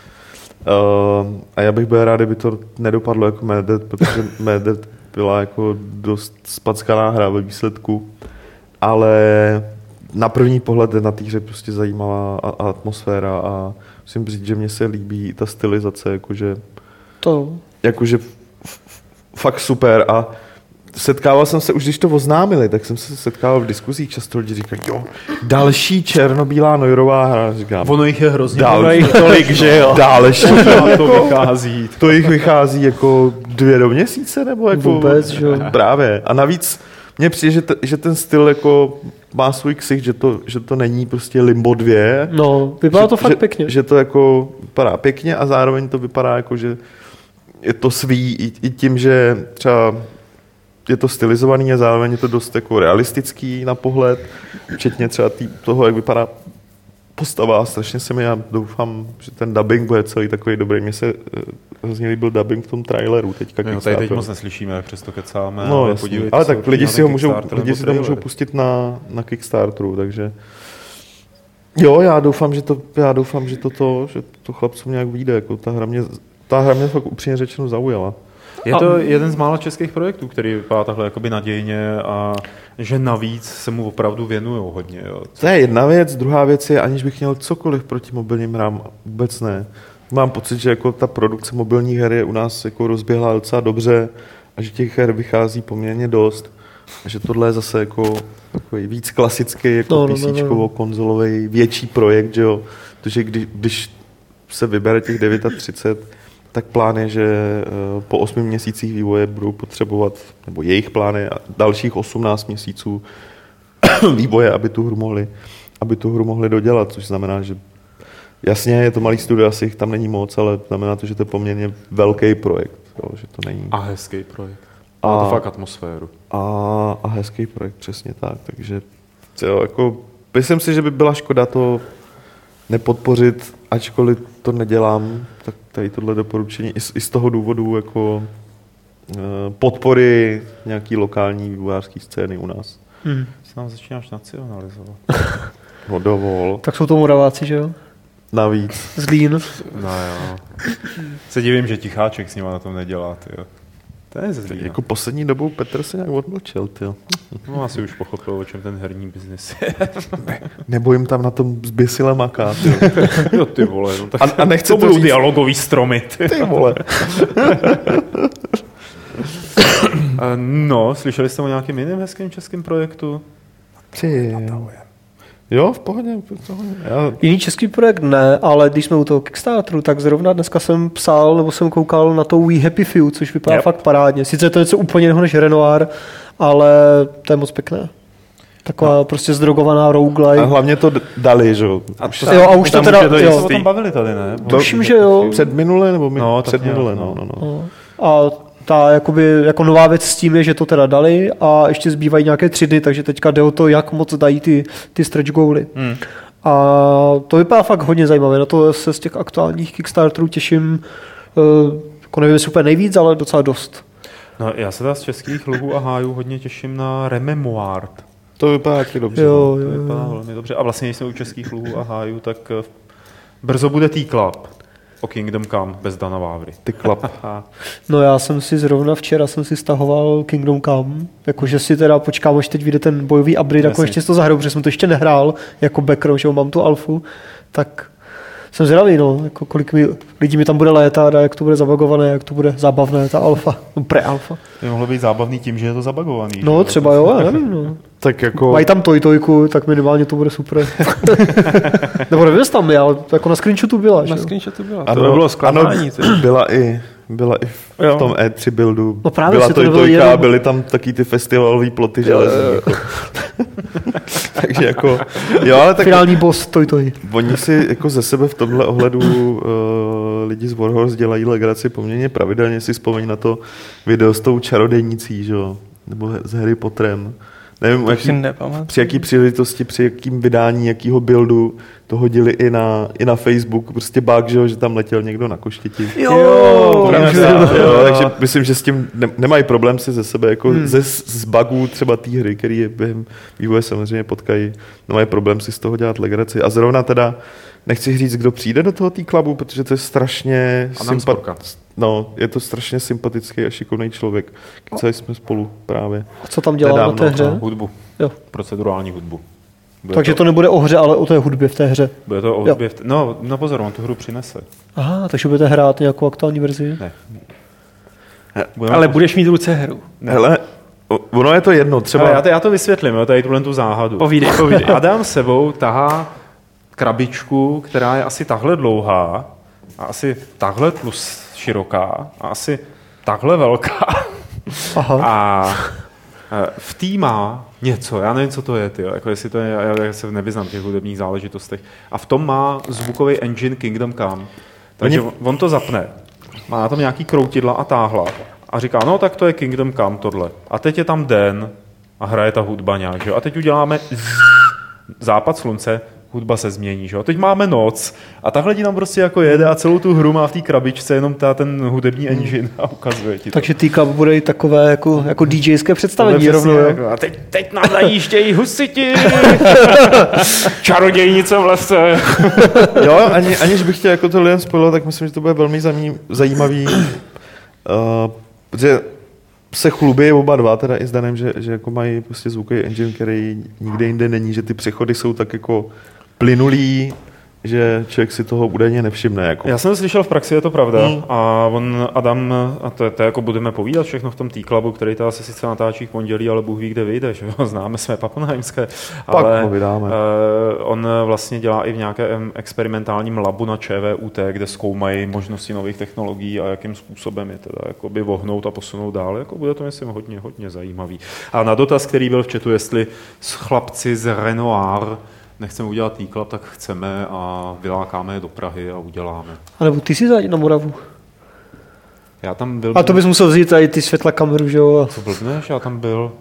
Uh, a já bych byl rád, kdyby to nedopadlo jako Murdered, protože Murdered byla jako dost spackaná hra ve výsledku, ale na první pohled je na té hře prostě zajímavá a, a atmosféra a musím říct, že mně se líbí ta stylizace, jakože, to. jakože f, f, fakt super a setkával jsem se, už když to oznámili, tak jsem se setkával v diskuzích často lidi říkají, jo, další černobílá Noirová hra. Říkám, ono jich je hrozně. Dal, jich tolik, že jo. Další. To vychází. To jich vychází jako dvě do měsíce, nebo jako... Vůbec, že jo. Právě. A navíc mně přijde, že, t, že ten styl jako má svůj ksicht, že to, že to není prostě Limbo dva. No, vypadá to že, fakt že, pěkně. Že to jako vypadá pěkně a zároveň to vypadá jako, že je to svý i, i tím, že třeba je to stylizovaný a zároveň je to dost jako realistický na pohled, včetně třeba tý, toho, jak vypadá postava. Strašně se mi, já doufám, že ten dubbing bude celý takový dobrý. Mně se hrozně líbil dubbing v tom traileru teďka. My ho tady teď moc neslyšíme, přesto kecáme. No, ale, ale tak lidi si ho můžou, lidi si to můžou pustit na, na Kickstarteru, takže jo, já doufám, že to, já doufám, že to, to, že to chlapcům nějak vyjde. Jako ta hra mě, ta hra mě fakt upřímně řečeno zaujala. Je to jeden z mála českých projektů, který vypadá takhle jakoby nadějně a že navíc se mu opravdu věnujou hodně. Jo. To je jedna věc, druhá věc je, aniž bych měl cokoliv proti mobilním hrám, vůbec ne. Mám pocit, že jako ta produkce mobilních her je u nás jako rozběhla docela dobře a že těch her vychází poměrně dost. A že tohle je zase jako takový víc klasický jako no, PCčkovo, konzolový, větší projekt, že jo. Protože když, když se vybere těch třicet devět, tak plán je, že po osmi měsících vývoje budou potřebovat, nebo jejich plány a dalších osmnáct měsíců vývoje, aby tu hru mohli, aby tu hru mohli dodělat, což znamená, že jasně je to malý studio, asi jich tam není moc, ale znamená to, že to je poměrně velký projekt. Jo, že to není... A hezký projekt. Má to fakt atmosféru. A, a hezký projekt, přesně tak. Takže jo, jako, myslím si, že by byla škoda to nepodpořit, ačkoliv to nedělám, tak tady tohle doporučení i z, i z toho důvodu jako podpory nějaký lokální vývojářské scény u nás. Hmm. Se nám začínáš nacionalizovat. No dovol. Tak jsou to Moraváci, že jo? Navíc. Zlín. No jo. Se divím, že Ticháček s nima na tom nedělá, tyjo. To je ze Zlína. Jako poslední dobou Petr se nějak odmlčel, tyjo. No asi už pochopil, o čem ten herní biznis je. Nebo jim tam na tom zběsile maká, tyjo. Jo, ty vole. No, tak a, a nechce to, to budou říct... dialogový stromy. Ty, ty vole. No, slyšeli jste o nějakým jiným hezkým českým projektu? Ty. Jo, v pohodě. Já... Jiný český projekt ne, ale když jsme u toho Kickstarteru, tak zrovna dneska jsem psal, nebo jsem koukal na to We Happy Few, což vypadá yep. fakt parádně. Sice je to něco úplně jiného než Renoir, ale to je moc pěkné. Taková no. prostě zdrogovaná roguelike. A hlavně to dali, že jo. A, to, jo, a už to teda... To jo. se o tom bavili tady, ne? Tuším, že jo. Před minule, nebo my, no, před minule, no, no, no. no. A ta jakoby, jako nová věc s tím je, že to teda dali a ještě zbývají nějaké tři dny, takže teďka jde o to, jak moc dají ty, ty stretch goaly. Hmm. A to vypadá fakt hodně zajímavé, na to se z těch aktuálních Kickstarterů těším, Uh, jako nevím, jestli úplně nejvíc, ale docela dost. No, já se teda z českých luhů a hájů hodně těším na Rememoard. To vypadá taky dobře. Jo, To jo, vypadá jo. velmi dobře. A vlastně, když jsme u českých luhů a hájů, tak eh, brzo bude T-Club o Kingdom Come bez Dana Vávry. Ty klap. No já jsem si zrovna včera jsem si stahoval Kingdom Come, jakože si teda počkám, až teď vyjde ten bojový upgrade, jako ještě to zahraju, protože jsem to ještě nehrál jako background, že jo, mám tu alfu, tak jsem zvědavý, no, jako kolik mi, lidí mi tam bude létat a jak to bude zabagované, jak to bude zábavné, ta alfa, no pre-alfa. Je mohlo být zábavný tím, že je to zabagovaný. No třeba jo, já nevím, no. Tak jako... Mají tam tojtojku, tak minimálně to bude super. Nebo nevím, jestli tam je, ale jako na screenshotu byla, že Na jo. screenshotu byla. Ano, To by bylo zklamání. ano, byla i, byla i v Jo. tom E tři buildu. No právě byla si to to i nebylo tojka, jenom- byly tam taky ty festivalové ploty železní. Jako. Takže jako... Jo, ale tak Finální boss tojtoj. oni si jako ze sebe v tomhle ohledu uh, lidi z Warhorse dělají legraci poměrně pravidelně. Si vzpomeň na to video s tou čarodejnicí, že jo? Nebo s Harry Potterem. Nevím, To jaký, si nepamatuju. při jaký příležitosti, při jakým vydání, jakýho buildu to hodili i na, i na Facebook. Prostě bug, že, jo, že tam letěl někdo na koštěti. Jo, Takže, jo. jo, takže myslím, že s tím ne, nemají problém si ze sebe, jako hmm. ze, z bugů třeba té hry, který je během vývoje samozřejmě potkají, nemají problém si z toho dělat legraci. A zrovna teda, nechci říct, kdo přijde do toho T-Clubu, protože to je strašně Adam Sporka. No, je to strašně sympatický a šikovný člověk. Kecali jsme spolu právě. A co tam dělá Nedávno, na té hře? no. Hudbu. Jo. Procedurální hudbu. Bude Takže to nebude o hře, ale o té hudbě v té hře. Bude to o hudbě. v t- No, no pozor, on tu hru přinese. Aha, takže budete hrát nějakou aktuální verzi? Ne. Budeme Ale to- budeš mít v ruce hru. Hele, o- ono je to jedno, třeba... Hele, já, to, já to vysvětlím, jo, tady tuhle tu záhadu. Povídej, povídej. Adam sebou tahá krabičku, která je asi takhle dlouhá a asi takhle plus široká a asi takhle velká. Aha. A e, v tý má něco, já nevím, co to je, tyjo, jako jestli to je, já, já se nevyznám v těch hudebních záležitostech. A v tom má zvukový engine Kingdom Come. Takže Oni- on to zapne. Má na tom nějaký kroutidla a táhla. A říká, no tak to je Kingdom Come tohle. A teď je tam den a hraje ta hudba nějak, že jo. A teď uděláme západ slunce, hudba se změní, že jo. Teď máme noc a takhle ti tam prostě jako jede a celou tu hru má v té krabičce jenom ta, ten hudební engine a ukazuje ti to. Takže T-Club bude i takové jako, jako DJské představení Tohle rovnou, přesně jo? jako, a teď, teď nám najíždějí husiti, čarodějnice v lese. Jo, ani, aniž bych chtěl jako to lidem spojilo, tak myslím, že to bude velmi zamí, zajímavý, uh, protože se chlubí oba dva, teda i s Danem, že, že jako mají prostě zvukový engine, který nikde jinde není, že ty přechody jsou tak jako plynulý, že člověk si toho údajně nevšimne. Jako. Já jsem to slyšel v praxi, je to pravda. Hmm. A on, Adam, a to, to jako budeme povídat všechno v tom T-Clubu, který ta se sice natáčí v pondělí, ale Bůh ví, kde vyjde, že jo? Známe své pappenheimské. Pak Ale ho vydáme. uh, on vlastně dělá i v nějakém experimentálním labu na ČVUT, kde zkoumají možnosti nových technologií a jakým způsobem je teda jakoby vohnout a posunout dál. Jako bude to, myslím, hodně, hodně zajímavý. A na dotaz, který byl v chatu, jestli s chlapci z Renoir nechceme udělat T-Club, tak chceme a vylákáme je do Prahy a uděláme. A nebo ty si zajít na Moravu. Já tam byl... A to bys musel vzít tady ty světla kameru, že jo? Co blbneš? Já tam byl...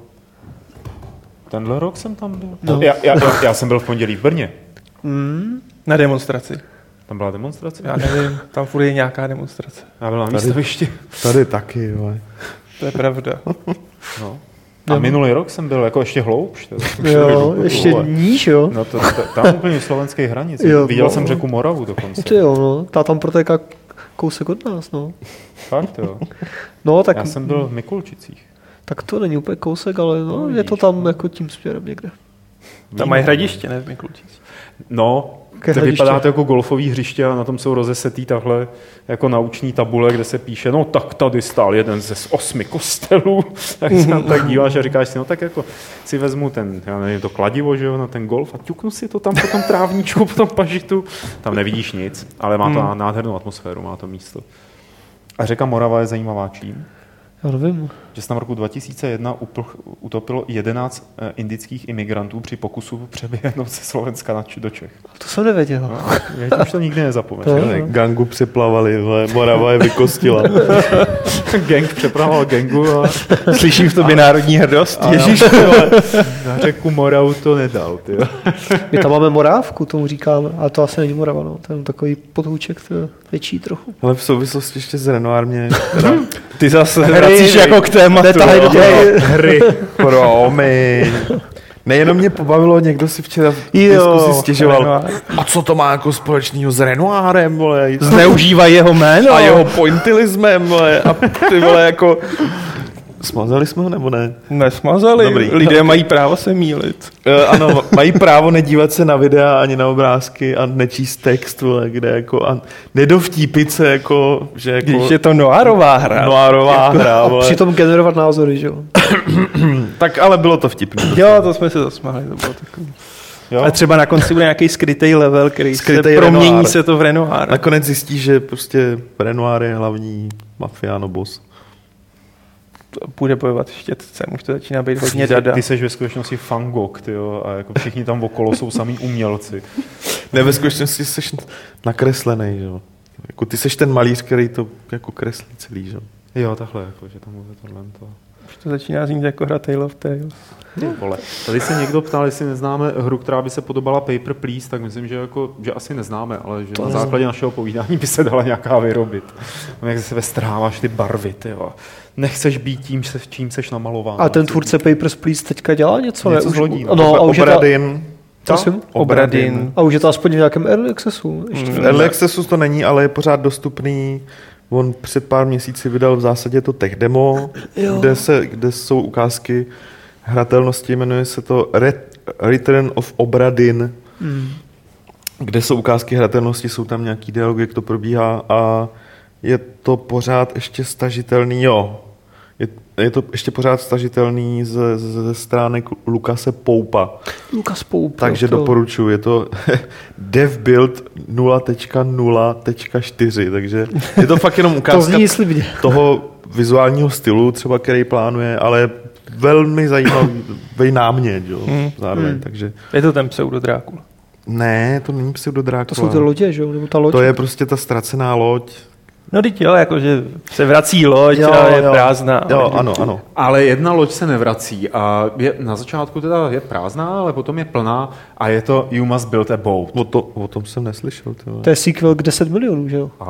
Tenhle rok jsem tam byl. No. Já, já, já, já jsem byl v pondělí v Brně. Mm. Na demonstraci. Tam byla demonstrace? Já nevím, tam furt je nějaká demonstrace. Já byl na Tady- místovišti. Tady taky, jo. To je pravda. No. A minulý rok jsem byl jako ještě hloubš. teda. Jo, ještě níž, jo? No to, to, tam úplně u slovenských hranic. Jo, Viděl no. jsem řeku Moravu dokonce. Ty jo, no. Ta tam protéká kousek od nás, no. Fakt jo. No, tak, Já jsem byl v Mikulčicích. tak to není úplně kousek, ale no, No, je to vidíš, tam no. jako tím směrem někde. Tam mají hradiště, ne v Mikulčicích. No, Ke to hradiště. vypadá to jako golfový hřiště a na tom jsou rozesetý takhle jako nauční tabule, kde se píše, no tak tady stál jeden ze osmi kostelů. Tak se tam tak díváš a říkáš si, no tak jako si vezmu ten, já nevím, to kladivo, že jo, na ten golf a ťuknu si to tam po tom trávníčku, po tom pažitu. Tam nevidíš nic, ale má to Hmm. nádhernou atmosféru, má to místo. A řeka Morava je zajímavá čím? Já nevím. Že se tam roku dva tisíce jedna utopilo jedenáct indických imigrantů při pokusu přeběhnout ze Slovenska do Čech. To jsem nevěděl. No, já už to nikdy nezapomenu. Gangu přeplavali, Morava je vykostila. Gang přeplaval gangu a... Slyším v tobě národní hrdost. Ježíš, na řeku Moravu to nedal. Tyjo. My tam máme Morávku, tomu říkáme, ale to asi není Morava, no. Ten takový podhůček, to je větší trochu. Ale v souvislosti ještě s Renoir mě... Ty zase vracíš jako k tématu. Netahaj do těch hry. Promiň. Nejenom mě pobavilo, někdo si včera v diskusi stěžoval. A co to má jako společného s Renoirem, vole? Zneužívají jeho jméno. A jeho pointillismem, vole. A ty vole jako... Smazali jsme ho, nebo ne? Nesmazali. Dobrý. Lidé mají právo se mýlit. Uh, ano, mají právo nedívat se na videa ani na obrázky a nečíst text, vole, kde jako a nedovtípit se, jako, že jako... Když je to noirová hra. Noirová jako, hra, vole. A přitom generovat názory, že jo? Tak ale bylo to vtipné. Jo, to jsme se zasmáli, to bylo takový. Jo? A třeba na konci bude nějaký skrytý level, který skrytej se promění Renoir. Se to v Renoir. Nakonec zjistí, že prostě Renoir je hlavní mafiáno boss. Bude bojovat štětcem, už to začíná být hodně dada. Ty seš ve skutečnosti Fangok, tyjo, a jako všichni tam okolo jsou samý umělci. Ne, ve skutečnosti seš nakreslený, jo. Jako ty seš ten malíř, který to jako kreslí celý, jo. Jo, takhle, jako, že tam bude tohle. To... Už to začíná znít jako hra Tale of Tales. No, vole. Tady se někdo ptal, jestli neznáme hru, která by se podobala Paper Please, tak myslím, že, jako, že asi neznáme, ale že to na je. základě našeho povídání by se dala nějaká vyrobit. Jak se vestráváš ty barvy, tyjo. Nechceš být tím, čím seš namalován. A ten tvůrce Papers, Please teďka dělá něco? Něco ne? z lodí. No, no, a už Obradin. Prosím? Obradin. A už je to aspoň v nějakém Early Accessu? V Early Accessu to není, ale je pořád dostupný. On před pár měsíci vydal v zásadě to tech demo, kde, se, kde jsou ukázky hratelnosti, jmenuje se to Ret, Return of Obradin, mm. kde jsou ukázky hratelnosti, jsou tam nějaký dialogy, jak to probíhá a je to pořád ještě stažitelný, jo. Je, je to ještě pořád stažitelný ze, ze stránek Lukase Poupa. Lukas Poup. Takže to... doporučuji, je to DevBuild nula tečka nula tečka čtyři, takže je to fakt jenom ukázka to toho vizuálního stylu, třeba který plánuje, ale velmi zajímavý námět, jo, hmm. zároveň, hmm. takže... Je to ten pseudodrákula? Ne, to není pseudodrákula. To jsou ty lodě, že jo, nebo ta loď? To je prostě ta ztracená loď. No teď jo, jakože se vrací loď jo, a je jo. prázdná. Jo, ano, ano. Ale jedna loď se nevrací a je, na začátku teda je prázdná, ale potom je plná a je to You Must Build a Boat. O, to, o tom jsem neslyšel. Tyhle. To je sequel k deset milionů, že jo?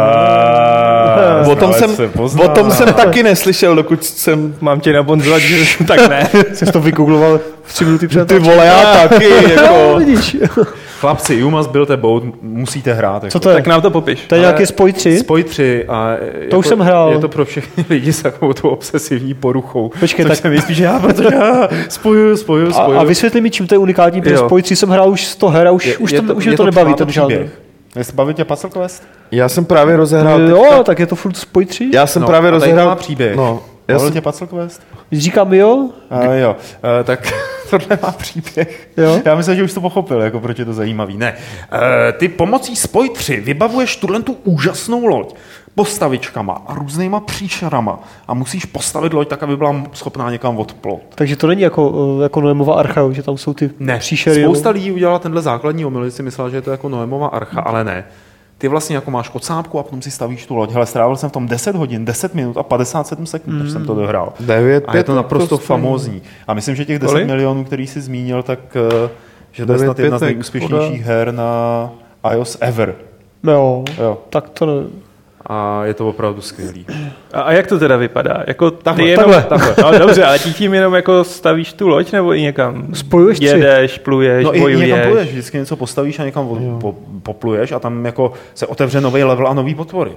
A, o, tom jsem, o tom jsem taky neslyšel, dokud jsem... Mám tě nabonzovat, že tak ne. Jsi to vygoogloval v tři minuty před. Ty vole, já taky, jako... No, vidíš. Chlapci, You Must Build a Boat musíte hrát. Jako. Co to je? Tak nám to popiš. To je nějaký Spoj tři? Spoj tři. A to už to, jsem hrál. Je to pro všechny lidi s takovou tou obsesivní poruchou. Počkej, tak... jsem myslí, že já, protože já spojuju, spojuju, spojuju. A, a vysvětli mi, čím to je unikátní, protože Spoj tři jsem hrál už sto her a už, je, už, je to, to, už je mě to, to nebaví, ten žádný. Jestli baví tě Puzzle Quest? Já jsem právě rozehrál... Jo, teďka... tak je to furt Spoj tři? Já jsem no, právě rozehrál... má příběh. No, Baví jsem... tě Puzzle Quest? Když říkám jo? A jo, uh, tak tohle má příběh. Jo? Já myslím, že už to pochopil, jako proč je to zajímavý. Ne, uh, ty pomocí Spoj tři vybavuješ tuhle tu úžasnou loď postavičkama a různýma příšerama a musíš postavit loď tak, aby byla schopná někam odplout. Takže to není jako, jako Noemova archa, že tam jsou ty ne. příšery. Spousta lidí udělala tenhle základní omyl, si myslela, že je to jako Noemova archa, ale ne. Ty vlastně jako máš kocápku a potom si stavíš tu loď. Hele, strávil jsem v tom deset hodin, deset minut a padesát sedm sekund, než mm. jsem to dohrál. devět, a je to naprosto famózní. A myslím, že těch deset Koli? milionů, který jsi zmínil, tak že to je snad jedna z nejúspěšnějších her na iOS ever. Jo, jo. tak to ne... A je to opravdu skvělý. A, a jak to teda vypadá? Jako takhle, ty jenom, takhle, takhle. No dobře, ale ty tím jenom jako stavíš tu loď nebo i někam? Spojuješ jedeš, pluješ, no bojuješ. No i někam pluješ, vždycky něco postavíš a někam po, popluješ a tam jako se otevře nový level a nový potvory.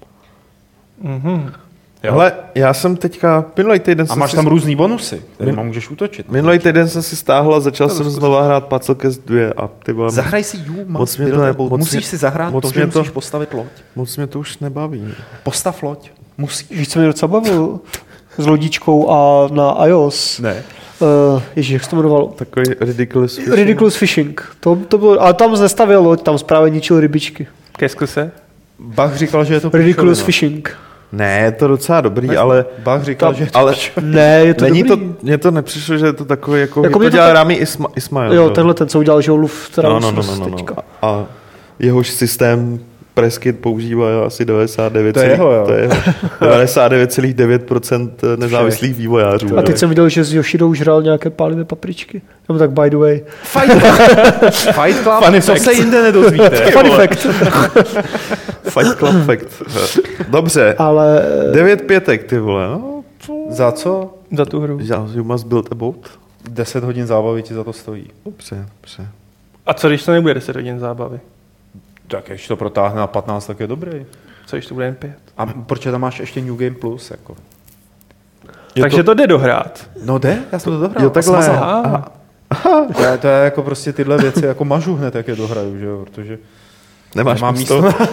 Mhm. Hele, já jsem teďka minulý týden... A máš si... tam různý bonusy, kterými Min... můžeš útočit. Minulý týden jsem si stáhl a začal jsem znova hrát Puzzle Quest dva a ty vole... Zahraj si You Must Build a Boat. Musíš mě, si zahrát to, že musíš postavit loď. Moc mě to už nebaví. Postav loď. Musíš. Víš, co mě docela bavil s lodičkou a na iOS? Ne. Uh, Ježíš, jak se to jmenovalo? Takový Ridiculous Fishing. Ridiculous Fishing. To, to bylo, ale tam nestavil loď, tam právě ničil rybičky. Ke zkuse? Bach říkal, že je to Ridiculous Fishing. Ne, je to docela dobrý, ne, ale... Bach říkal, tam, že... To ale ne, je to není dobrý. To, mně to nepřišlo, že je to takový, jako, jako to dělal tak... Rami Isma, Ismail. Jo, tenhle ten, co udělal, že Luf, teda no, no, no, no, no, teďka. no. A jehož systém Preskyt používá asi devadesát devět, to je jeho, jo. To je jeho, devadesát devět celá devět procent nezávislých vývojářů. A teď jsem viděl, že s Yoshidou už hrál nějaké pálivé papričky. Nebo tak by the way. Fight, Fight Club, Funny co fact. se jinde nedozvíte. Funny fact. Fight Club fact. Dobře, ale... devět pětek, ty vole, no. Za co? Za tu hru. You must build a boat. deset hodin zábavy ti za to stojí. Dobře, dobře. A co když to nebude deset hodin zábavy? Tak když to protáhne na patnáct, tak je dobrý. Co když to bude jen pět? A proč tam máš ještě New Game Plus? Jako? Takže to... to jde dohrát. No jde, já jsem to dohrál. Jo, takhle. Aha. To, je, to je jako prostě tyhle věci, jako mažu hned, jak je dohraju, že jo, protože Nemáš nemám místo. místo.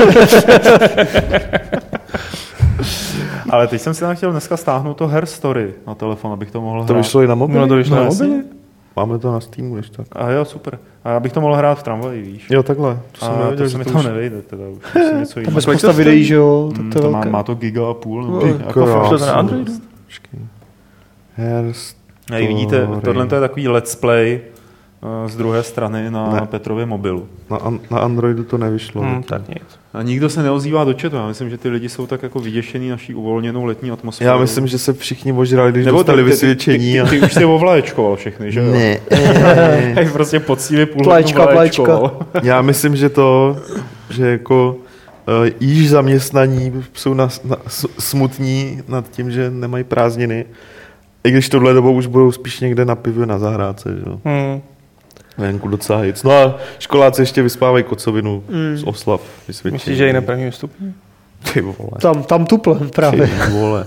Ale teď jsem si tam chtěl dneska stáhnout to Her Story na telefon, abych to mohl To hrát. vyšlo i na mobily? No to vyšlo na mobily. Máme to na Steamu, když tak. A jo, super. A já bych to mohl hrát v tramvaji, víš. Jo, takhle. To jsem A nevěděl, to že se mi to tam už... nevejde, teda už musím něco Tam jiného. je spousta videí, že jo? Mm, To, to, to je má, velké. má to giga a půl. Nebo Ty jako krás. fakt. To na Androidu? Počkej. Herst... Nej, vidíte, tohle to je takový let's play uh, z druhé strany na Ne. Petrově mobilu. Na, an- na Androidu to nevyšlo. Hmm, tak nic. A nikdo se neozývá do chatu. Já myslím, že ty lidi jsou tak jako vyděšený naší uvolněnou letní atmosférou. Já myslím, že se všichni ožrali, když Nebo dostali ty, ty, vysvědčení. ty, A... ty, ty, ty už si ovlaječkoval všechny, že jo? Ne. Jak prostě pod síly půl Vlaječka, vlaječka. Já myslím, že to, že jako uh, již zaměstnaní jsou na, na, s- smutní nad tím, že nemají prázdniny. I když tohle dobou už budou spíš někde na pivě na zahrádce, že jo. Hmm. Venku docela hic. No a školáci ještě vyspávají kocovinu mm. z oslav vysvědčení. Myslíš, že i na prvním stupni? Ty vole. Tam, tam tuple právě. Ty vole.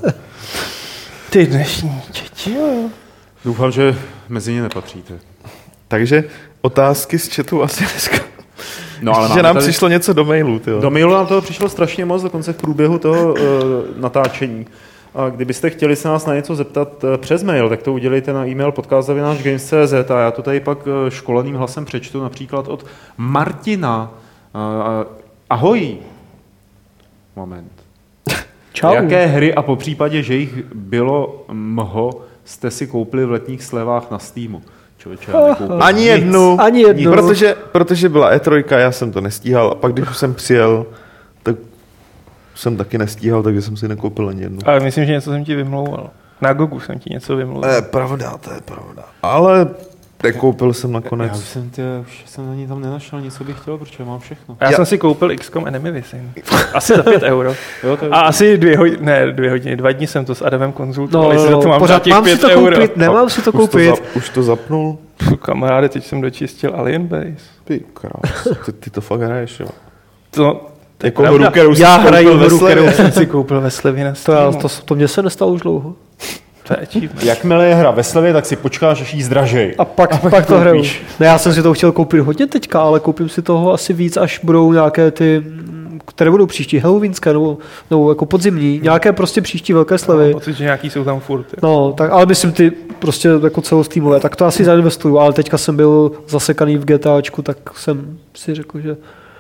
Ty dnešní děti. Doufám, že mezi ně nepatříte. Takže otázky z chatu asi dneska. No, ale že nám tady... přišlo něco do mailu. Tyjo. Do mailu nám toho přišlo strašně moc, dokonce v průběhu toho uh, natáčení. A kdybyste chtěli se nás na něco zeptat uh, přes mail, tak to udělejte na e-mail podcast zavináč games tečka cé zet a já to tady pak uh, školeným hlasem přečtu, například od Martina. Uh, ahoj. Moment. Čau. Jaké hry a po případě, že jich bylo mho, jste si koupili v letních slevách na Steamu? Člověče, já nekoupil Ani nic. jednu. Ani jednu. Protože, protože byla E tři, já jsem to nestíhal. A pak, když už jsem přijel, tak jsem taky nestíhal, takže jsem si nekoupil ani jednu. Ale myslím, že něco jsem ti vymlouval. Na Gogu jsem ti něco vymlouval. To je pravda, to je pravda. Ale nekoupil jsem nakonec. Já už jsem, tě, už jsem na ní tam nenašel nic, co bych chtěl, protože mám všechno. A já, Já- jsem si koupil X COM Enemy Within. Asi za pět euro. Jo, to je... A asi dvě hodiny, ne dvě hodiny, dva dny jsem to s Adamem konzultoval, No, jestli za to mám pořád těch mám si pět to euro. koupit, nemám si to už koupit. To za, už to zapnul? Pfu, kamaráde, teď jsem dočistil Alien Base. Ty krás, ty, ty to fakt hraješ, jo? To, to je Jako pravda. hru, kterou jsi Já koupil hraju ve hru, slevě. kterou jsem si koupil ve slevě na To, Steamu. já, to, to mě se nestalo už dlouho. To je achievement. Jakmile je hra ve slevě, tak si počkáš, až jí zdražej. A pak, a pak, pak to hraju. Ne, já jsem si to chtěl koupit hodně teďka, ale koupím si toho asi víc, až budou nějaké ty, které budou příští, halloweenské nebo, nebo jako podzimní, nějaké prostě příští velké slevy. Mám pocit, že nějaký jsou tam furt. Jo. No. No, tak, ale myslím ty prostě jako celostýmové, tak to asi zainvestuju, ale teďka jsem byl zasekaný v GTAčku, tak jsem si řekl, že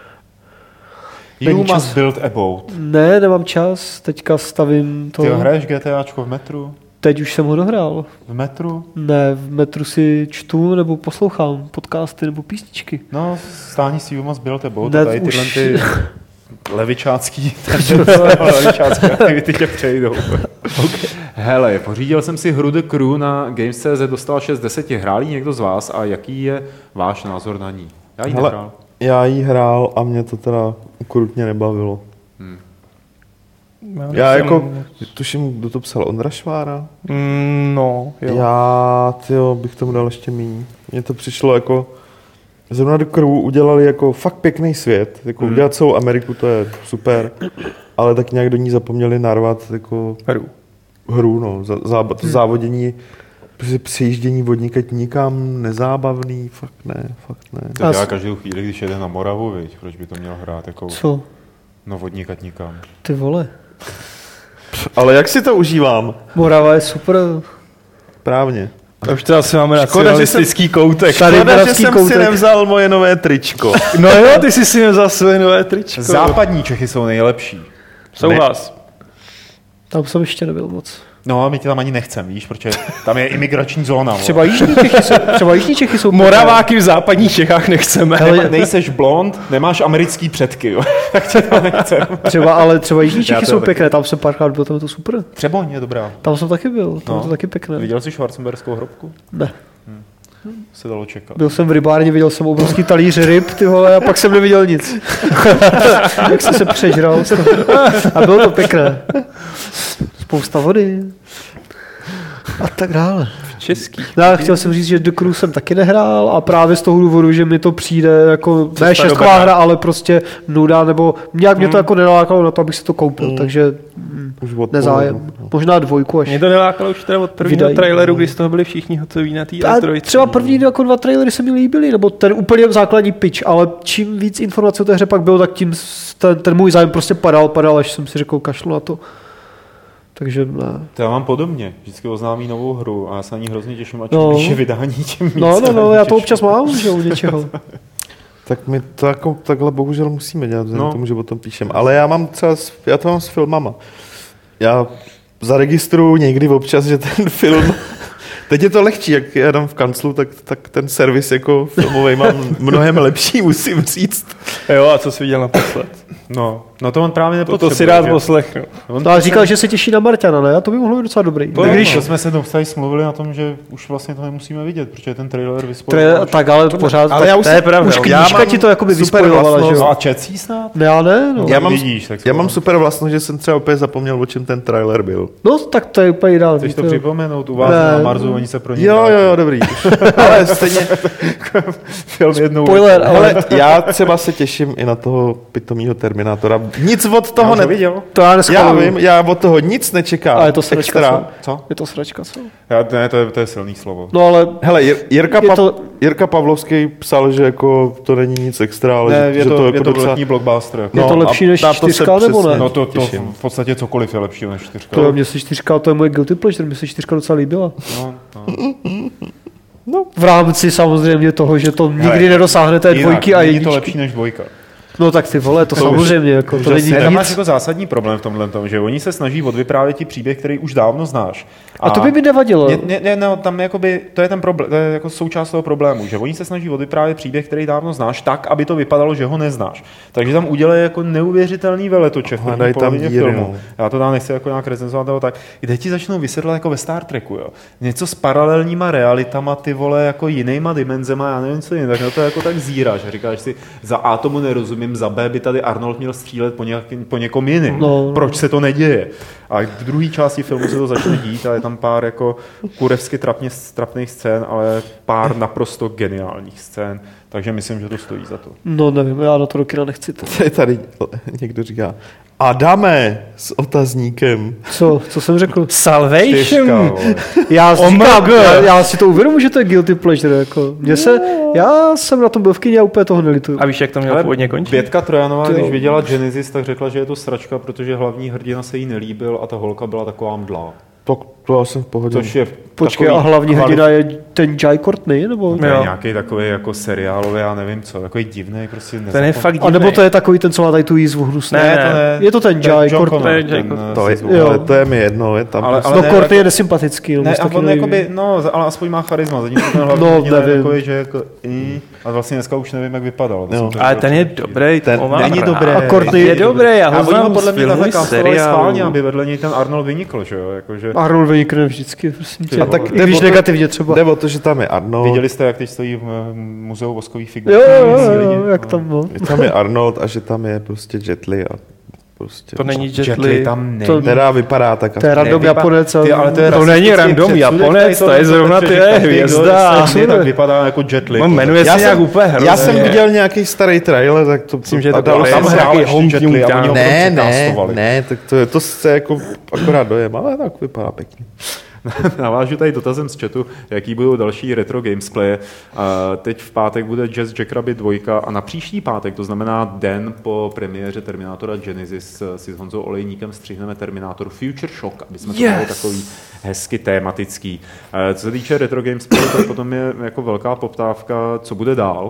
You Není must čas. build a boat. ne, nemám čas, teďka stavím to. Ty ho hraješ GTAčko v metru? Teď už jsem ho dohrál. V metru? Ne, v metru si čtu nebo poslouchám podcasty nebo písničky. No, stáhni si You must build a boat Ne, a tady tyhle už- ty levičácký, levičácký aktivity tě přejdou. Okay. Hele, pořídil jsem si hru The Crew na Games tečka cé zet, dostal šest z deseti. Hrál jí někdo z vás a jaký je váš názor na ní? Já jí Hele, nehrál. já jí hrál a mě to teda ukrutně nebavilo. Hmm. Já jsem- jako, tuším, kdo to psal, Ondra Švára? Mm, no, jo. Já, tyjo, bych tomu dal ještě míň. Mně to přišlo jako, zrovna do Crew udělali jako fakt pěkný svět, jako Hmm. udělat celou Ameriku, to je super, ale tak nějak do ní zapomněli narvat jako Hru. hru, no, zá, zá, to závodění, prostě přejíždění vodníkať nikam nezábavný, fakt ne, fakt ne. To dělá A s- každou chvíli, když jede na Moravu, viď? Proč by to měl hrát jako Co? no vodníkat nikam? Ty vole. Ale jak si to užívám? Morava je super. Právně. A už to asi máme Škoda, že nacionalistický koutek. Tady Škoda, že bratský jsem koutek. si nevzal moje nové tričko. No jo, ty jsi si nevzal své nové tričko. Západní Čechy jsou nejlepší. Souhlas. Tam jsem ještě nebyl moc. No, my tě tam ani nechcem, víš, protože tam je imigrační zóna. Třeba jižní Čechy jsou, třeba jižní Čechy jsou Moraváky v západních Čechách nechceme. Hele, nejseš blond, nemáš americký předky, jo. Tak tě tam nechcem. Třeba, ale třeba jižní Čechy jsou pěkné, tam jsem párkrát byl, tam je to super. Třeboň je dobrá. Tam jsem taky byl, tam no. je to taky pěkné. Viděl jsi Schwarzenbergskou hrobku? Ne. Hm. Se dalo čekat. Byl jsem v rybárně, viděl jsem obrovský talíř ryb, ty vole, a pak jsem neviděl nic. Jak jsem se přežral. A bylo to pěkné. Spousta vody. A tak dále. Český. No, chtěl jsem říct, že The Crew jsem taky nehrál a právě z toho důvodu, že mi to přijde jako, ne šestková hra, ale prostě nuda, nebo nějak mě to hmm. jako nenalákalo na to, abych si to koupil, hmm. takže mm, nezájem. Možná dvojku až. Mě to nelákalo už teda od prvního vydají, traileru, no. Kdy z toho byli všichni hotoví na té E tři. Třeba první jako dva trailery se mi líbily, nebo ten úplně základní pitch, ale čím víc informací o té hře pak bylo, tak tím ten, ten můj zájem prostě padal, padal, až jsem si řekl, kašlu na to. Takže ne. To já mám podobně. Vždycky oznámí novou hru a já se na ní hrozně těším, a čím no. blíže vydání, tím víc. No, no, no, já to občas mám, že u něčeho. Tak my to jako takhle bohužel musíme dělat, no. Tomu, že o tom píšem. Ale já mám třeba, já to mám s filmama. Já zaregistruju někdy občas, že ten film, teď je to lehčí, jak já dám v kanclu, tak, tak ten servis jako filmový mám mnohem lepší, musím říct. Jo, a co jsi viděl naposled? No, no to on právě nepotřebuje. To si rád poslechnu. No, ale říkal, že se těší na Marťana, ne? A to by mohlo být docela dobrý. To když to jsme se dostali smluvili na tom, že už vlastně to nemusíme vidět, protože ten trailer vyspojoval. Tak, ale to pořád. Ale já už, to je pravda. Už knížka ti to jakoby vyspojovala, že jo? A čecí snad? Ne, já ne. No. Já, mám, vidíš, tak já mám super vlastnost, že jsem třeba opět zapomněl, o čem ten trailer byl. No, tak to je úplně ideální. Chceš to připomenout? U vás na Marsu, oni se pro něj Jo, jo, jo, dobrý. Ale stejně film jednou. Spoiler, ale já třeba se těším i na toho pitomýho Terminátora. Nic od toho ne... viděl. To já, já vím, já od toho nic nečekám. Ale je to sračka, extra. Co? Je to sračka, co? Já, ne, to je, to je silný slovo. No ale... Hele, Jirka, pa... to... Jirka Pavlovský psal, že jako to není nic extra, ale ne, že, je že to, to jako je to docela... velký blockbuster. Jako. No, je to lepší než čtyřka, nebo ne? No to, to v podstatě cokoliv je lepší než čtyřka. To mě se čtyřka, to je moje guilty pleasure, mě se čtyřka docela líbila. No, no. No, v rámci samozřejmě toho, že to nikdy Hele, nedosáhne té dvojky a jedničky. Je to lepší než dvojka. No tak ty vole, to, to samozřejmě, už, jako to není nic. Tam máš jako zásadní problém v tomhle tom, že oni se snaží odvyprávět ti příběh, který už dávno znáš. A, a to by mi nevadilo. Ne, ne, ne, no, tam jakoby, to je ten problém, to je jako součást toho problému, že oni se snaží odvyprávět příběh, který dávno znáš, tak, aby to vypadalo, že ho neznáš. Takže tam udělají jako neuvěřitelný veletoče v první polovině filmu. Já to tam nechci jako nějak recenzovat, nebo tak. Kde ti začnou vysvětlit jako ve Star Treku, jo. Něco s paralelníma realitama, ty vole, jako jinýma dimenzema, já nevím co jiné, tak na to jako tak zíráš. Říkáš si, za A tomu nerozumím, za B by tady Arnold měl střílet po, nějaký, po někom jiným. No. Proč se to neděje? A v druhé části filmu se to začne dít, ale je tam pár jako kurevsky trapně, trapných scén, ale pár naprosto geniálních scén. Takže myslím, že to stojí za to. No nevím, já na to do kina nechci. To. Tady někdo říká, Adame s otazníkem. Co? Co jsem řekl? Salvation. Já, říkám, já, já si to uvědomuji, že to je guilty pleasure. Jako. Mě se, já jsem na tom byl v kyně a úplně toho nelituju. A víš, jak to mělo původně končit? Bětka Trojanová, když viděla Genesis, tak řekla, že je to sračka, protože hlavní hrdina se jí nelíbil a ta holka byla taková mdlá. To, to já jsem v pohodě. Což je Počkej, a hlavní kvali... hrdina je ten Jai Courtney, nebo? To je nějaký takový jako seriálový, já nevím co, takový divný, prostě nezapom... Ten je fakt divný. A nebo to je takový ten, co má tady tu jízvu hnusnou. Ne, to ne. Je to ten Jai Courtney. To je, ale to je mi jedno, je tam. Ale, prostě... ale no Courtney je nesympatický. Ne, a on jakoby, no, ale aspoň má charisma, zatímco ten hlavní no, hrdina je takový, že jako, mm, a vlastně dneska už nevím, jak vypadal. Ale ten je dobrý, ten není dobrý. A Courtney je dobrý, já ho znám podle mě takhle kastelovali schválně, aby vedle něj ten Arnold vynikl, že jo? Arnold vynikne vždycky, prosím tě. A tak i když negativně třeba. Jde o to, že tam je Arnold. Viděli jste, jak teď stojí v muzeu voskových figur? Jo, jo, jo, jak tam byl. Tam je Arnold a že tam je prostě Jet Li a prostě... To není Jet Li. Jet Li tam není. To teda vypadá tak. To je random Japonec. Ale to, je to není random Japonec, to je zrovna ty hvězda. Tak vypadá jako Jet Li. Jmenuje se nějak úplně hrozně. Já jsem viděl nějaký starý trailer, tak to... Myslím, že to bylo nějaký Hong Kong. Ne, ne, ne, tak to, to se jako akorát dojem, ale tak vypadá pěkně. Navážu tady dotazem z chatu, jaký budou další retro gamesplaye. Teď v pátek bude Jazz Jackrabbit dva a na příští pátek, to znamená den po premiéře Terminátora Genesis, si s Honzou Olejníkem střihneme Terminátor Future Shock, aby jsme to yes. měli takový hezky tématický. Co se týče retro gamesplaye, tak potom je jako velká poptávka, co bude dál.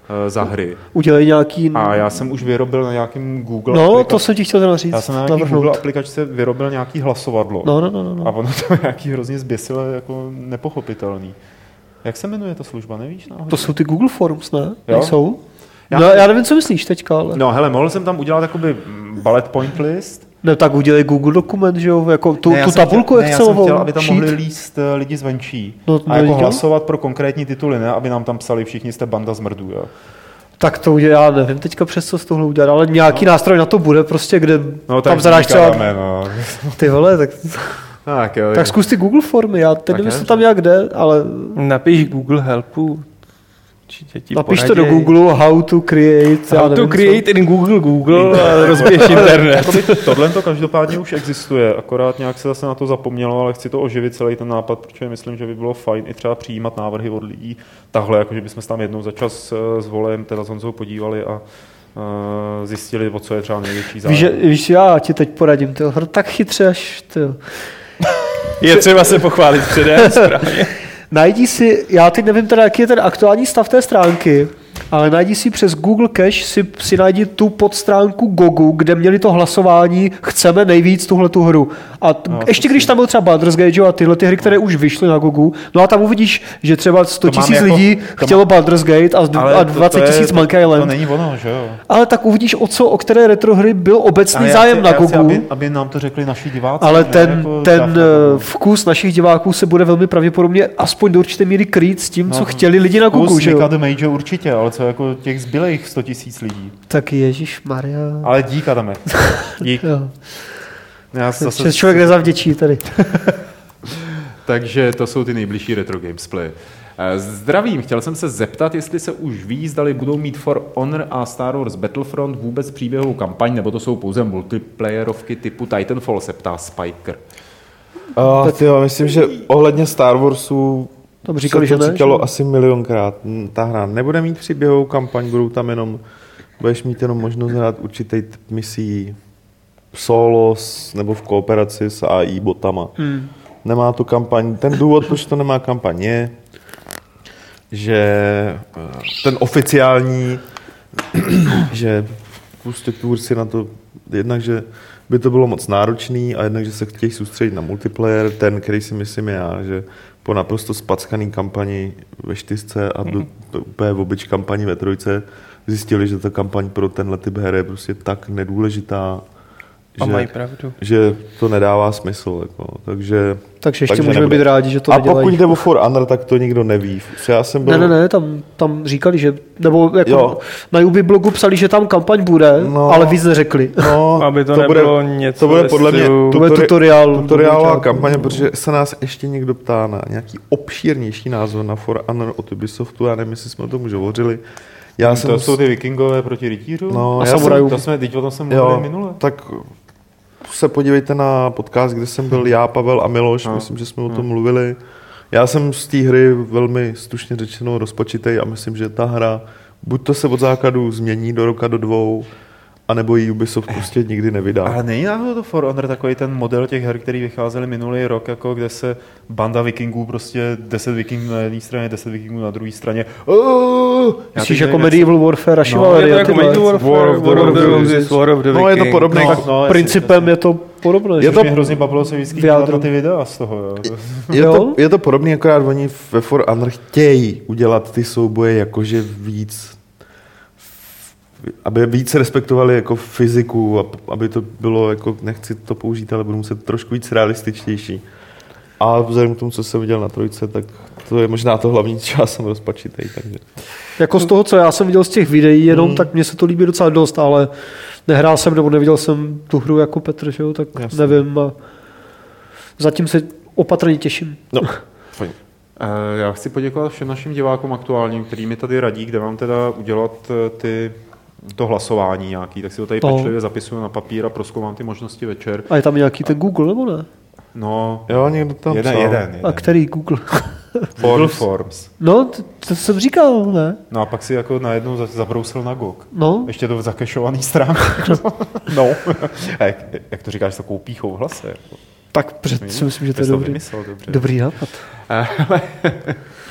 za hry. Udělej nějaký... A já jsem už vyrobil na nějakým Google No, aplikaci. to jsem ti chtěl teda říct. Já jsem na nějaký navrhnout. Google aplikačce vyrobil nějaký hlasovadlo. No, no, no, no. A ono to nějaký hrozně zběsile jako nepochopitelný. Jak se jmenuje ta služba, nevíš? Náhodě? To jsou ty Google Forms, ne? Jo? Nejsou? Já, no, já nevím, co myslíš teďka, ale... No, hele, mohl jsem tam udělat jakoby bullet point list. Ne, tak udělej Google dokument, že jo, jako tu, ne, tu tabulku Excelovou. Ne, já jsem chtěl, aby tam sheet. mohli líst lidi zvenčí. No, a jako dělám? hlasovat pro konkrétní tituly, ne? Aby nám tam psali všichni jste banda zmrdů, jo. Tak to udělá, já nevím teďka přes co z tohle udělat, ale nějaký no. nástroj na to bude prostě, kde no, tam zadáš třeba... Dáme, no. Ty vole, tak... Tak, jo, tak zkus ty Google formy, já teď nevím, jestli tam nějak jde, ale... Napiš Google Helpu. Napiš to do Google, how to create... How to create in Google Google a rozběž internet. Tohle to každopádně už existuje, akorát nějak se zase na to zapomnělo, ale chci to oživit celý ten nápad, protože myslím, že by bylo fajn i třeba přijímat návrhy od lidí takhle, jakože bychom se tam jednou za čas s Volem, teda s Honzou podívali a Uh, zjistili, o co je třeba největší zájem. Víš, víš, já ti teď poradím, ty tak chytře až, ty. Je třeba se pochválit předem, správně. Najdi si, já teď nevím teda, jaký je ten aktuální stav té stránky, ale najdi si přes Google Cache, si, si najdi tu podstránku Gogu, kde měli to hlasování, chceme nejvíc tuhletu hru. A t- no, ještě když tam byl třeba Baldur's Gate a tyhle ty hry, které už vyšly na Gogu, no a tam uvidíš, že třeba sto tisíc jako, lidí chtělo má... Baldur's Gate a, a dvacet tisíc Monkey Island. To není ono, že jo? Ale tak uvidíš, o co, o které retro hry byl obecný zájem chci, na Gogu. Chci, aby, aby nám to řekli naši diváci. Ale ten, jako ten vkus našich diváků se bude velmi pravděpodobně aspoň do určité míry krýt s tím, no, co chtěli lidi na Gogu, že jo? Vkus Major určitě, ale co jako těch zbylejch sto tisíc lidí. Tak ježišmarja. Ale dík, Adame. Dík. Já zase... Člověk nezavděčí tady. Takže to jsou ty nejbližší Retro Games Play. Zdravím, chtěl jsem se zeptat, jestli se už ví, zdali budou mít For Honor a Star Wars Battlefront vůbec příběhovou kampaň, nebo to jsou pouze multiplayerovky typu Titanfall, se ptá Spiker. Uh, tyjo, myslím, že ohledně Star Warsu tam říkali, se to že ne, říkalo že? asi milionkrát. Ta hra nebude mít příběhovou kampaň, budou tam jenom, budeš mít jenom možnost hrát určitý typ misí solo nebo v kooperaci s A I botama. Hmm. Nemá to kampaň. Ten důvod, proč to nemá kampaň, je, že ten oficiální, že prostě tvůrci na to, jednak, že by to bylo moc náročný a jednak, že se chtějí soustředit na multiplayer, ten, který si myslím já, že po naprosto spackaný kampani ve čtyřce a do, úplně v obyč kampani ve trojce zjistili, že ta kampaň pro tenhle typ her je prostě tak nedůležitá, a že, mají pravdu. že to nedává smysl. Jako. Takže, takže ještě takže můžeme nebude. být rádi, že to a nedělají. A pokud jde o For Honor, tak to nikdo neví. Já jsem byl... Ne, ne, ne, tam, tam říkali, že, nebo jako jo. na Ubi blogu psali, že tam kampaň bude, no, ale víc neřekli. No, aby to, to nebylo bude, něco to bude podle mě to bude tutoriál. tutoriálová kampaně, protože se nás ještě někdo ptá na nějaký obšírnější názor na For Honor od Ubisoftu, já nevím, jestli jsme o tom už hovořili. Já to jsem jsou ty vikingové proti rytířům? No, a samurajům. To jsme, teď o tom jsem mluvili minule. Tak se podívejte na podcast, kde jsem byl já, Pavel a Miloš, no. myslím, že jsme o tom mluvili. Já jsem z té hry velmi stručně řečeno rozpačitej a myslím, že ta hra buď to se od základu změní do roka, do dvou, anebo ji Ubisoft prostě nikdy nevydá. Ale není náhodou to For Honor takový ten model těch her, který vycházely minulý rok, jako kde se banda vikingů, prostě deset vikingů na jedné straně, deset vikingů na druhé straně. Oh! Myslíš jako Medieval Warfare a Chivalry? No, je to jako Medieval Warfare, War of the Roses, War of the No, je to podobné. No, no, principem je to podobné. Je to mě hrozně bavilo se vždycky dívat na ty videa z toho. Jo. Je, to, je to podobné, akorát oni ve For Honor chtějí udělat ty souboje jakože víc, aby víc respektovali jako fyziku, aby to bylo, jako nechci to použít, ale budu muset trošku víc realističtější. A vzhledem k tomu, co jsem viděl na trojce, tak to je možná to hlavní, čo já jsem rozpačitej. Takže. Jako z toho, co já jsem viděl z těch videí jenom, hmm. tak mně se to líbí docela dost, ale nehrál jsem nebo neviděl jsem tu hru jako Petr, že jo, tak Jasně. nevím. A zatím se opatrně těším. No, fajn. Já chci poděkovat všem našim divákům aktuálním, který mi tady radí, kde mám teda udělat ty to hlasování nějaký, tak si to tady to. pečlivě zapisuju na papír a prozkoumám ty možnosti večer. A je tam nějaký ten Google, nebo ne? No, jo, někdo tam jeden, jeden, jeden. A který Google? Google Forms. No, to, to jsem říkal, ne? No a pak si jako najednou zabrousil na Gog. No. Ještě to v zakešovaný stránce. no. A jak, jak to říkáš s takovou píchou v hlase? Jako. Tak před, si myslím, že to je dobrý, vymyslel, dobrý nápad.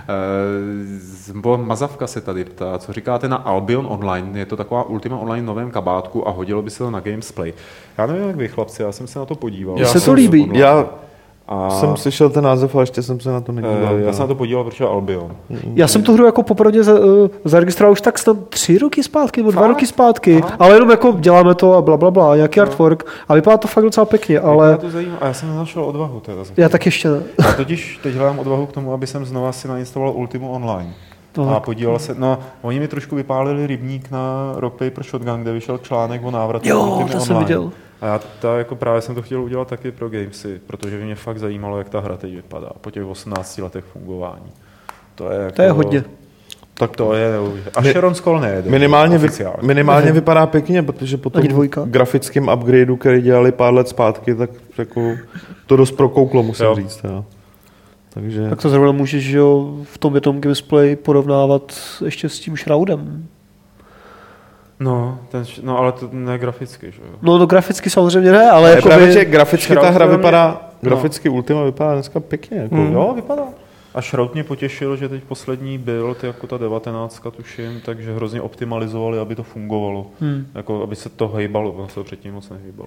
Bo Mazavka se tady ptá, co říkáte na Albion Online? Je to taková Ultima Online v novém kabátku a hodilo by se to na Gamesplay. Já nevím, jak vy, chlapci, já jsem se na to podíval. Já se to líbí. Já a... jsem slyšel ten název, ale ještě jsem se na to nedíval. Já se na to podíval, protože Albion. Já jsem tu hru jako poprvé zaregistroval už tak snad tři roky zpátky, nebo dva Fakt? roky zpátky, Aha. ale jenom jako děláme to a bla, bla, bla, nějaký no. artwork a vypadá to fakt docela pěkně, ale... To zajímá. A já jsem nenašel odvahu. Teda já tak ještě ne. Já totiž teď hledám odvahu k tomu, aby jsem znova si nainstaloval Ultimu Online. No, a podíval se, no, oni mi trošku vypálili rybník na Rock Paper Shotgun, kde vyšel článek o návratu jo, Ultimy to jsem viděl. A já ta, jako právě jsem to chtěl udělat taky pro Gamesy, protože mě fakt zajímalo, jak ta hra teď vypadá po těch osmnácti letech fungování. To je, jako, to je hodně. Tak to je neuvěřitelné. A Sharon Skull nejede. Minimálně, vy, minimálně vypadá pěkně, protože po tom grafickém upgradeu, který dělali pár let zpátky, tak jako to dost prokouklo, musím jo. říct. Jo. Takže... Tak to zrovna můžeš jo, v tom jednom gameplay porovnávat ještě s tím Shroudem. No, ten, no ale to ne graficky, že jo? No, no graficky samozřejmě ne, ale je jako právě, by... že graficky Shroud ta hra mě... vypadá, no. graficky Ultima vypadá dneska pěkně. Jako. Mm. Jo, vypadá. A Shroud mě potěšil, že teď poslední build, jako ta devatenáctka tuším, takže hrozně optimalizovali, aby to fungovalo. Hmm. Jako, aby se to hejbalo, protože se to předtím moc nehejbalo.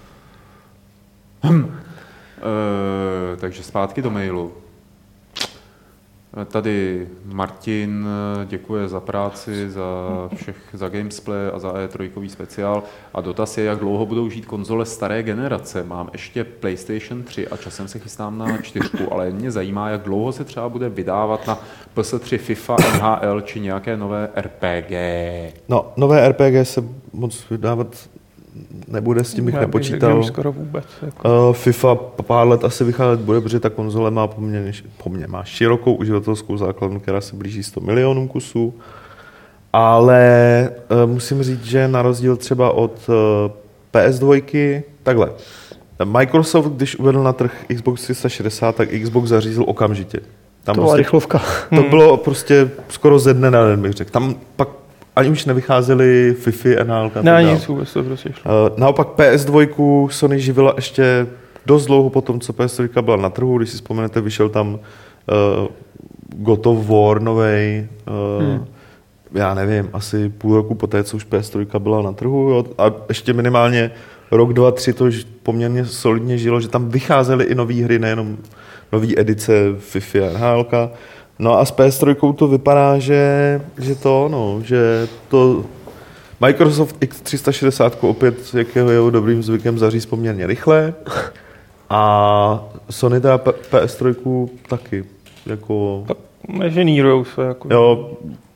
Hm. E, takže zpátky do mailu. Tady Martin děkuje za práci, za všech, za Gamesplay a za E tři speciál. A dotaz je, jak dlouho budou žít konzole staré generace. Mám ještě PlayStation tři a časem se chystám na čtyřku, ale mě zajímá, jak dlouho se třeba bude vydávat na P S tři, FIFA, N H L či nějaké nové R P G. No, nové R P G se moc vydávat nebude, s tím bych Já nepočítal. Bych skoro vůbec. Jako. Uh, FIFA pár let asi vycházet bude, protože ta konzole má poměrně, poměrně má širokou uživatelskou základnu, která se blíží sto milionům kusů. Ale uh, musím říct, že na rozdíl třeba od uh, P S dva, takhle. Microsoft, když uvedl na trh Xbox tři sta šedesát, tak Xbox zařízl okamžitě. Tam to byla prostě, rychlovka. To bylo prostě skoro ze dne na den, bych řekl. Tam pak ani už nevycházely FIFA, N H L. Ne, nic vůbec to prostě šlo. Uh, naopak P S dva Sony živila ještě dost dlouho po tom, co P S tři byla na trhu. Když si vzpomenete, vyšel tam uh, God of War novej, uh, hmm. já nevím, asi půl roku poté, co už P S tři byla na trhu. Jo, a ještě minimálně rok, dva, tři to poměrně solidně žilo, že tam vycházely i nové hry, nejenom nové edice FIFA a N H L. No a s P S tři to vypadá, že, že to, no, že to Microsoft X tři sta šedesát opět, jak jeho, jeho dobrým zvykem, zaříz poměrně rychle a Sony teda P- PS tři taky, jako... Tak neženírujou se, jako... Jo.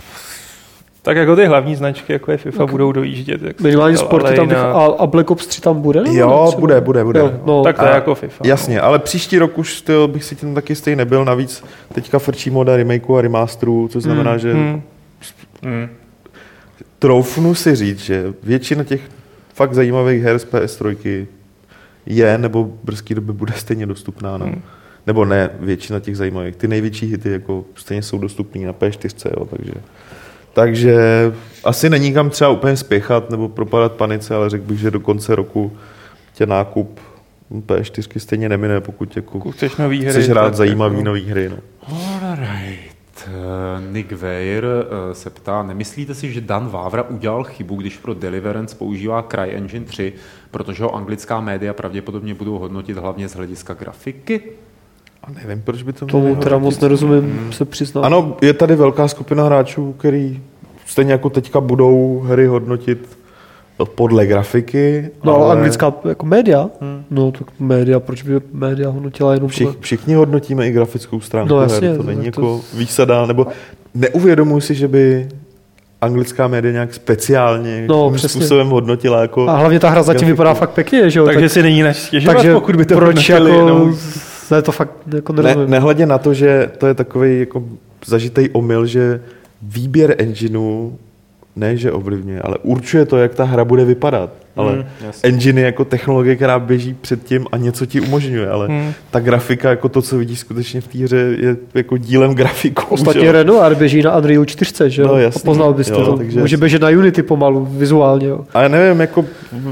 Tak jako ty hlavní značky, jako je FIFA, tak budou dojíždět. Minimální sporty tam na... a, a Black Ops tři tam bude? Jo, třeba? bude, bude, bude. Jo, no. Tak to je jako FIFA. Jasně, ale příští rok už tyjo, bych si tím taky stejný nebyl. Navíc teďka frčí moda remakeu a remasterů, což znamená, mm, že mm. Mm. troufnu si říct, že většina těch fakt zajímavých her z P S tři je, nebo v brzké době bude stejně dostupná. No. Mm. Nebo ne, většina těch zajímavých. Ty největší hity jako stejně jsou dostupný na P čtyři, jo, takže... Takže asi není kam třeba úplně spěchat nebo propadat panice, ale řekl bych, že do konce roku tě nákup P čtyři stejně nemine, pokud jako chceš nový hry, chceš hrát zajímavý jako... nový hry. No. Alright. Nick Weir se ptá, nemyslíte si, že Dan Vávra udělal chybu, když pro Deliverance používá CryEngine tři, protože ho anglická média pravděpodobně budou hodnotit hlavně z hlediska grafiky? A nevím, proč by to... Tomu teda moc nerozumím, hmm. se přiznám. Ano, je tady velká skupina hráčů, který stejně jako teďka budou hry hodnotit podle grafiky. No ale anglická jako média, hmm. no tak média, proč by média hodnotila jenom... Všich, všichni hodnotíme i grafickou stránku no, jasně, her, to není to... jako výsada, nebo neuvědomuji si, že by anglická média nějak speciálně no, způsobem hodnotila jako... A hlavně ta hra zatím grafiku. Vypadá fakt pěkně, že jo? Takže tak, si není nač stěžovat, takže pokud by to proč jako... No. Ne, to fakt jako ne, nehledě na to, že to je takový jako zažitej omyl, že výběr engineu ne, že ovlivňuje, ale určuje to, jak ta hra bude vypadat. Ale mm, engine je jako technologie, která běží předtím a něco ti umožňuje, ale mm. ta grafika, jako to, co vidíš skutečně v té hře, je jako dílem grafiku. Ostatně Renoir běží na Unreal čtyři, že jo? No, jasný, a poznal byste jo, to. Takže... Může běžet na Unity pomalu, vizuálně. Jo. A já nevím, jako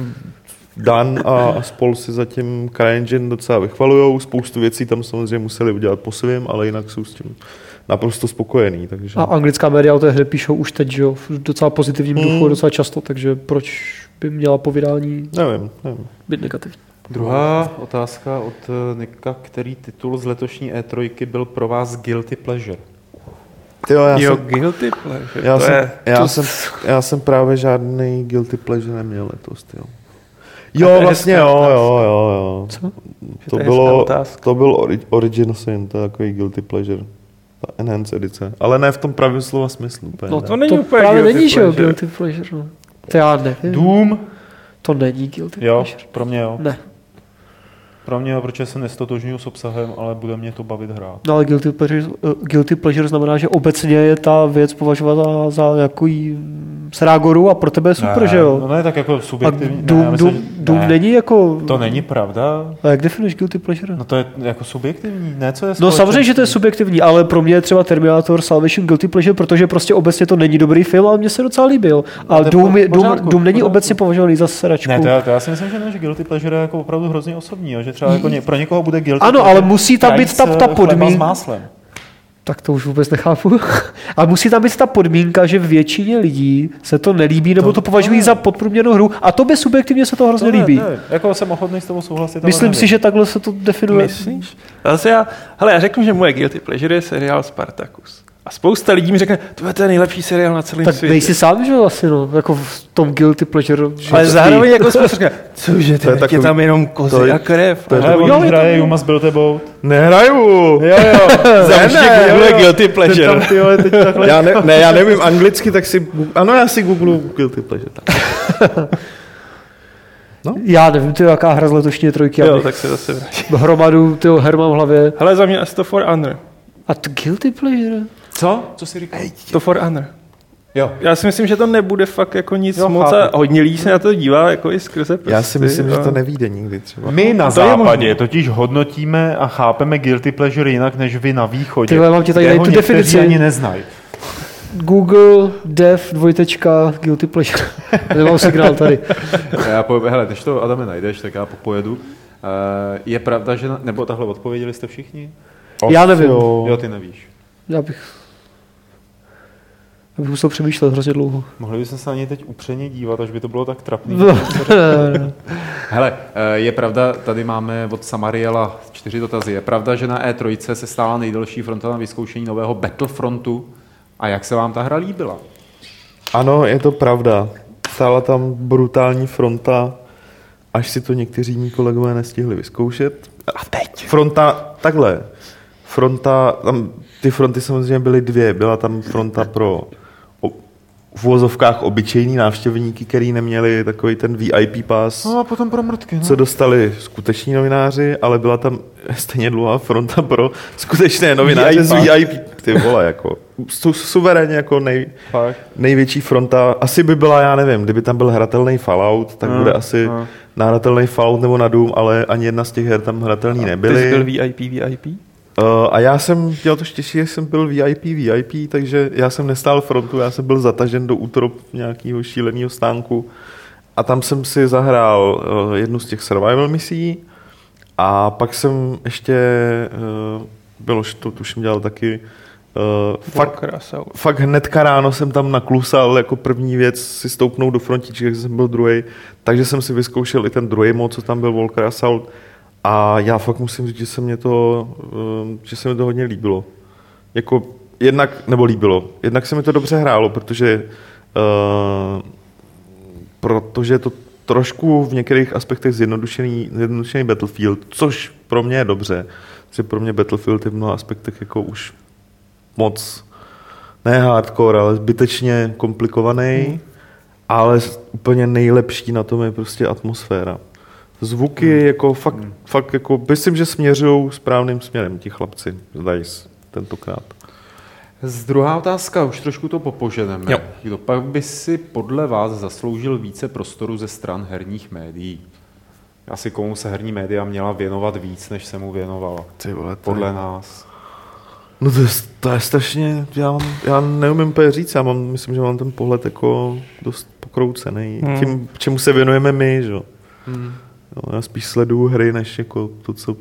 Dan a spol si zatím CryEngine docela vychvalujou, spoustu věcí tam samozřejmě museli udělat po svým, ale jinak jsou s tím naprosto spokojený. Takže... A anglická média o té hře píšou už teď, že jo, v docela pozitivním duchu, mm. docela často, takže proč by měla po vydání nevím, nevím. být negativní? Druhá otázka od Nika, který titul z letošní E tři byl pro vás guilty pleasure? Tyjo, já jo, jsem, guilty pleasure. Já, to jsem, je, já, to... jsem, já jsem právě žádný guilty pleasure neměl letos, tyjo. Jo, to vlastně jo, jo, jo, jo. Co? To, bylo, to byl ori, Origin Sin, to je takový guilty pleasure. Ta Enhanced edice. Ale ne v tom pravém slova smyslu. No to ne. není to úplně právě guilty není, že jo, pleasure. guilty pleasure. No. To já nevím. Doom? To není guilty Jo, pleasure. pro mě jo. Ne. Pro mě jo, protože se nestotožňuju s obsahem, ale bude mě to bavit hrát. No ale guilty pleasure, uh, guilty pleasure znamená, že obecně je ta věc považována za nějaký srágoru a pro tebe je super, ne, že jo? No ne, tak jako subjektivní. A Doom, ne, já myslím, Doom, že- Doom ne, není jako... To není pravda. A jak definuješ guilty pleasure? No to je jako subjektivní, ne co je No společenství. samozřejmě, že to je subjektivní, ale pro mě je třeba Terminator Salvation guilty pleasure, protože prostě obecně to není dobrý film, ale mně se docela líbil. A to je Doom, je, v Doom, pořádku, Doom v není pořádku. obecně považovaný za sračku. Ne, to já, to já si myslím, že ne, že guilty pleasure je jako opravdu hrozně osobní, jo, že třeba jako ně, pro někoho bude guilty Ano, pleasure ale musí tam být ta, krajíc, ta eh, chleba podmínka. s máslem. Tak to už vůbec nechápu. A musí tam být ta podmínka, že většině lidí se to nelíbí, nebo to, To- to považují to za podprůměrnou hru. A tobě subjektivně se to hrozně To ne, líbí. ne, jako jsem ochotný s tebou souhlasit. ale Myslím nevím. si, že takhle se to definuje. Myslíš? Zase já, hele, já řeknu, že moje guilty pleasure je seriál Spartacus. A spousta lidí mi řekne, to je ten nejlepší seriál na celém Tak světě. nejsi sám, že jo, asi, no, jako v tom guilty pleasure. Ale zároveň jako jsme řekne, cože, To je ty, je takový- tam jenom kozy to je- a krev. to je Ale Ale takový- on jo, je to- hraje You Must Build a Boat. Nehraju! Jo, jo. za mě ne, google jo, jo. guilty pleasure. Tam ty vole, teď takhle. Já ne, ne, já nevím anglicky, tak si... Ano, já si googlu guilty pleasure. Tak. Já nevím, ty jaká hra z letošní trojky. Jo, abych tak se zase vrátím. Hromadu tyho her mám v hlavě. Hele, za mě asi to For Honor. A to guilty pleasure? Co? Co jsi říkal? To For Honor. Jo. Já si myslím, že to nebude fakt jako nic Jo, moc chápu. a hodně lidí se na to dívá jako i skrze prsty. Já si myslím, že a- to nevíde nikdy třeba. My na To je západě možný. totiž hodnotíme a chápeme guilty pleasure jinak, než vy na východě. Ty vole, mám ti tady kde najít ho tu někteří definici. ani neznají. Google dev dvojtečka guilty pleasure. Nemám signál tady. Já po, hele, když to, Adame, najdeš, tak já pojedu. Uh, je pravda, že... Na, nebo tahle odpověděli jste všichni? Já nevím. Jo. Jo, ty nevíš. Já bych... Já bych musel přemýšlet hrozně dlouho. Mohli bychom se na něj teď upřeně dívat, až by to bylo tak trapný. No. Hele, eh, je pravda, tady máme od Samariela čtyři dotazy. Je pravda, že na E tři se stala nejdelší fronta na vyzkoušení nového Battlefrontu? A jak se vám ta hra líbila? Ano, je to pravda. Stála tam brutální fronta, až si to někteří mý kolegové nestihli vyzkoušet. A teď. Fronta, takhle. Fronta, tam ty fronty samozřejmě byly dvě. Byla tam fronta pro o, v uvozovkách obyčejní návštěvníky, který neměli takový ten V I P pass, No a potom pro mrtky, no. co dostali skuteční novináři, ale byla tam stejně dlouhá fronta pro skutečné novináře z V I P. Ty vole, jako su, suverénně jako nej, Fakt. největší fronta. Asi by byla, já nevím, kdyby tam byl hratelný Fallout, tak No, bude asi no. nahratelný Fallout nebo na Doom, ale ani jedna z těch her tam hratelný Ty nebyly. jsi byl V I P, V I P? Uh, a já jsem dělal to štěstí, že jsem byl V I P, V I P, takže já jsem nestál frontu, já jsem byl zatažen do útrop nějakého šíleného stánku a tam jsem si zahrál uh, jednu z těch survival misí a pak jsem ještě, uh, bylo, to tuším dělal taky, uh, fakt, Krásou. fakt hnedka ráno jsem tam naklusal jako první věc si stoupnout do frontičky, jak jsem byl druhý, takže jsem si vyzkoušel i ten druhý mod, co tam byl, Walker Assault. A já fakt musím říct, že se mě to, že se mi to hodně líbilo. Jako jednak, nebo líbilo, jednak se mi to dobře hrálo, protože uh, protože je to trošku v některých aspektech zjednodušený, zjednodušený Battlefield, což pro mě je dobře, že pro mě Battlefield je v mnoha aspektech jako už moc, ne hardcore, ale zbytečně komplikovaný, hmm. ale úplně nejlepší na tom je prostě atmosféra. Zvuky hmm. jako fakt, hmm. fakt jako, myslím, že směřují správným směrem ti chlapci z DICE tentokrát. Z druhá otázka, už trošku to popoženeme. Jo. Kdo pak by si podle vás zasloužil více prostoru ze stran herních médií? Asi komu se herní média měla věnovat víc, než se mu věnovala? Ty vole, to Podle je... nás. No to je, to je strašně, já, mám, já neumím úplně říct, já mám, myslím, že mám ten pohled jako dost pokroucený. Hmm. Tím, čemu se věnujeme my, že? Hmm. Jo, já spíš sleduju hry, než jako to, co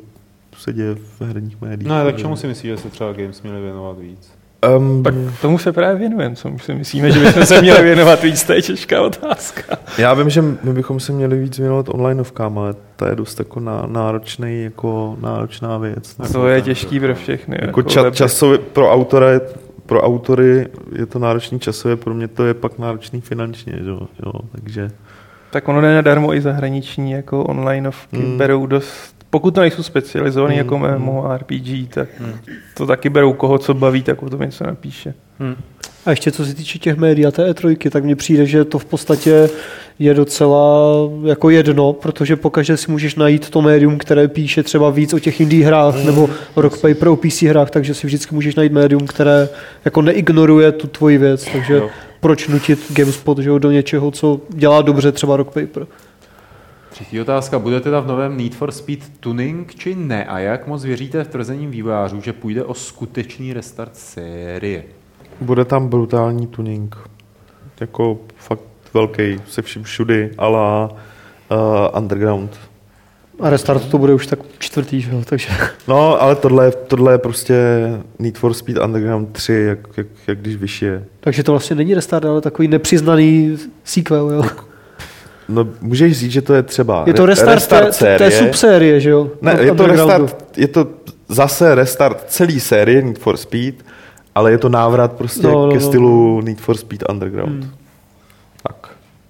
se děje v herních médiích. No, tak čemu si myslíš, že se třeba games měli věnovat víc? Um, tak tomu se právě věnujeme, co my si myslíme, že bychom se měli věnovat víc, to je těžká otázka. Já vím, že my bychom se měli víc věnovat onlineovkám, ale to je dost jako náročný, jako náročná věc. To jako je těžký pro všechny. Jako, jako ča, časově, pro autora, pro autory je to náročný časově, pro mě to je pak náročný finančně, jo, jo, takže... Tak ono jde nadarmo i zahraniční, jako onlineovky hmm. berou dost, pokud to nejsou specializovaný hmm. jako MMORPG, tak hmm. to taky berou koho, co baví, tak o tom něco napíše. Hmm. A ještě co se týče těch médií a té E tři, tak mně přijde, že to v podstatě je docela jako jedno, protože pokaždé si můžeš najít to médium, které píše třeba víc o těch indie hrách hmm. nebo rock paper o P C hrách, takže si vždycky můžeš najít médium, které jako neignoruje tu tvoji věc, takže jo. Proč nutit GameSpot, že jo, do něčeho, co dělá dobře třeba rock paper. Třetí otázka. Bude teda v novém Need for Speed tuning, či ne? A jak moc věříte v tvrzením vývojářů, že půjde o skutečný restart série? Bude tam brutální tuning. Jako fakt velký, se vším všudy, a la uh, Underground. A restart to bude už tak čtvrtý, že jo, takže... No, ale tohle, tohle je prostě Need for Speed Underground tři, jak, jak, jak když vyšije. Takže to vlastně není restart, ale takový nepřiznaný sequel, jo? No, můžeš říct, že to je třeba je to restart, restart té, série. té subsérie, že jo? Ne, je to, restart, je to zase restart celé série Need for Speed, ale je to návrat prostě no, no, ke stylu no. Need for Speed Underground. Hmm. Tak.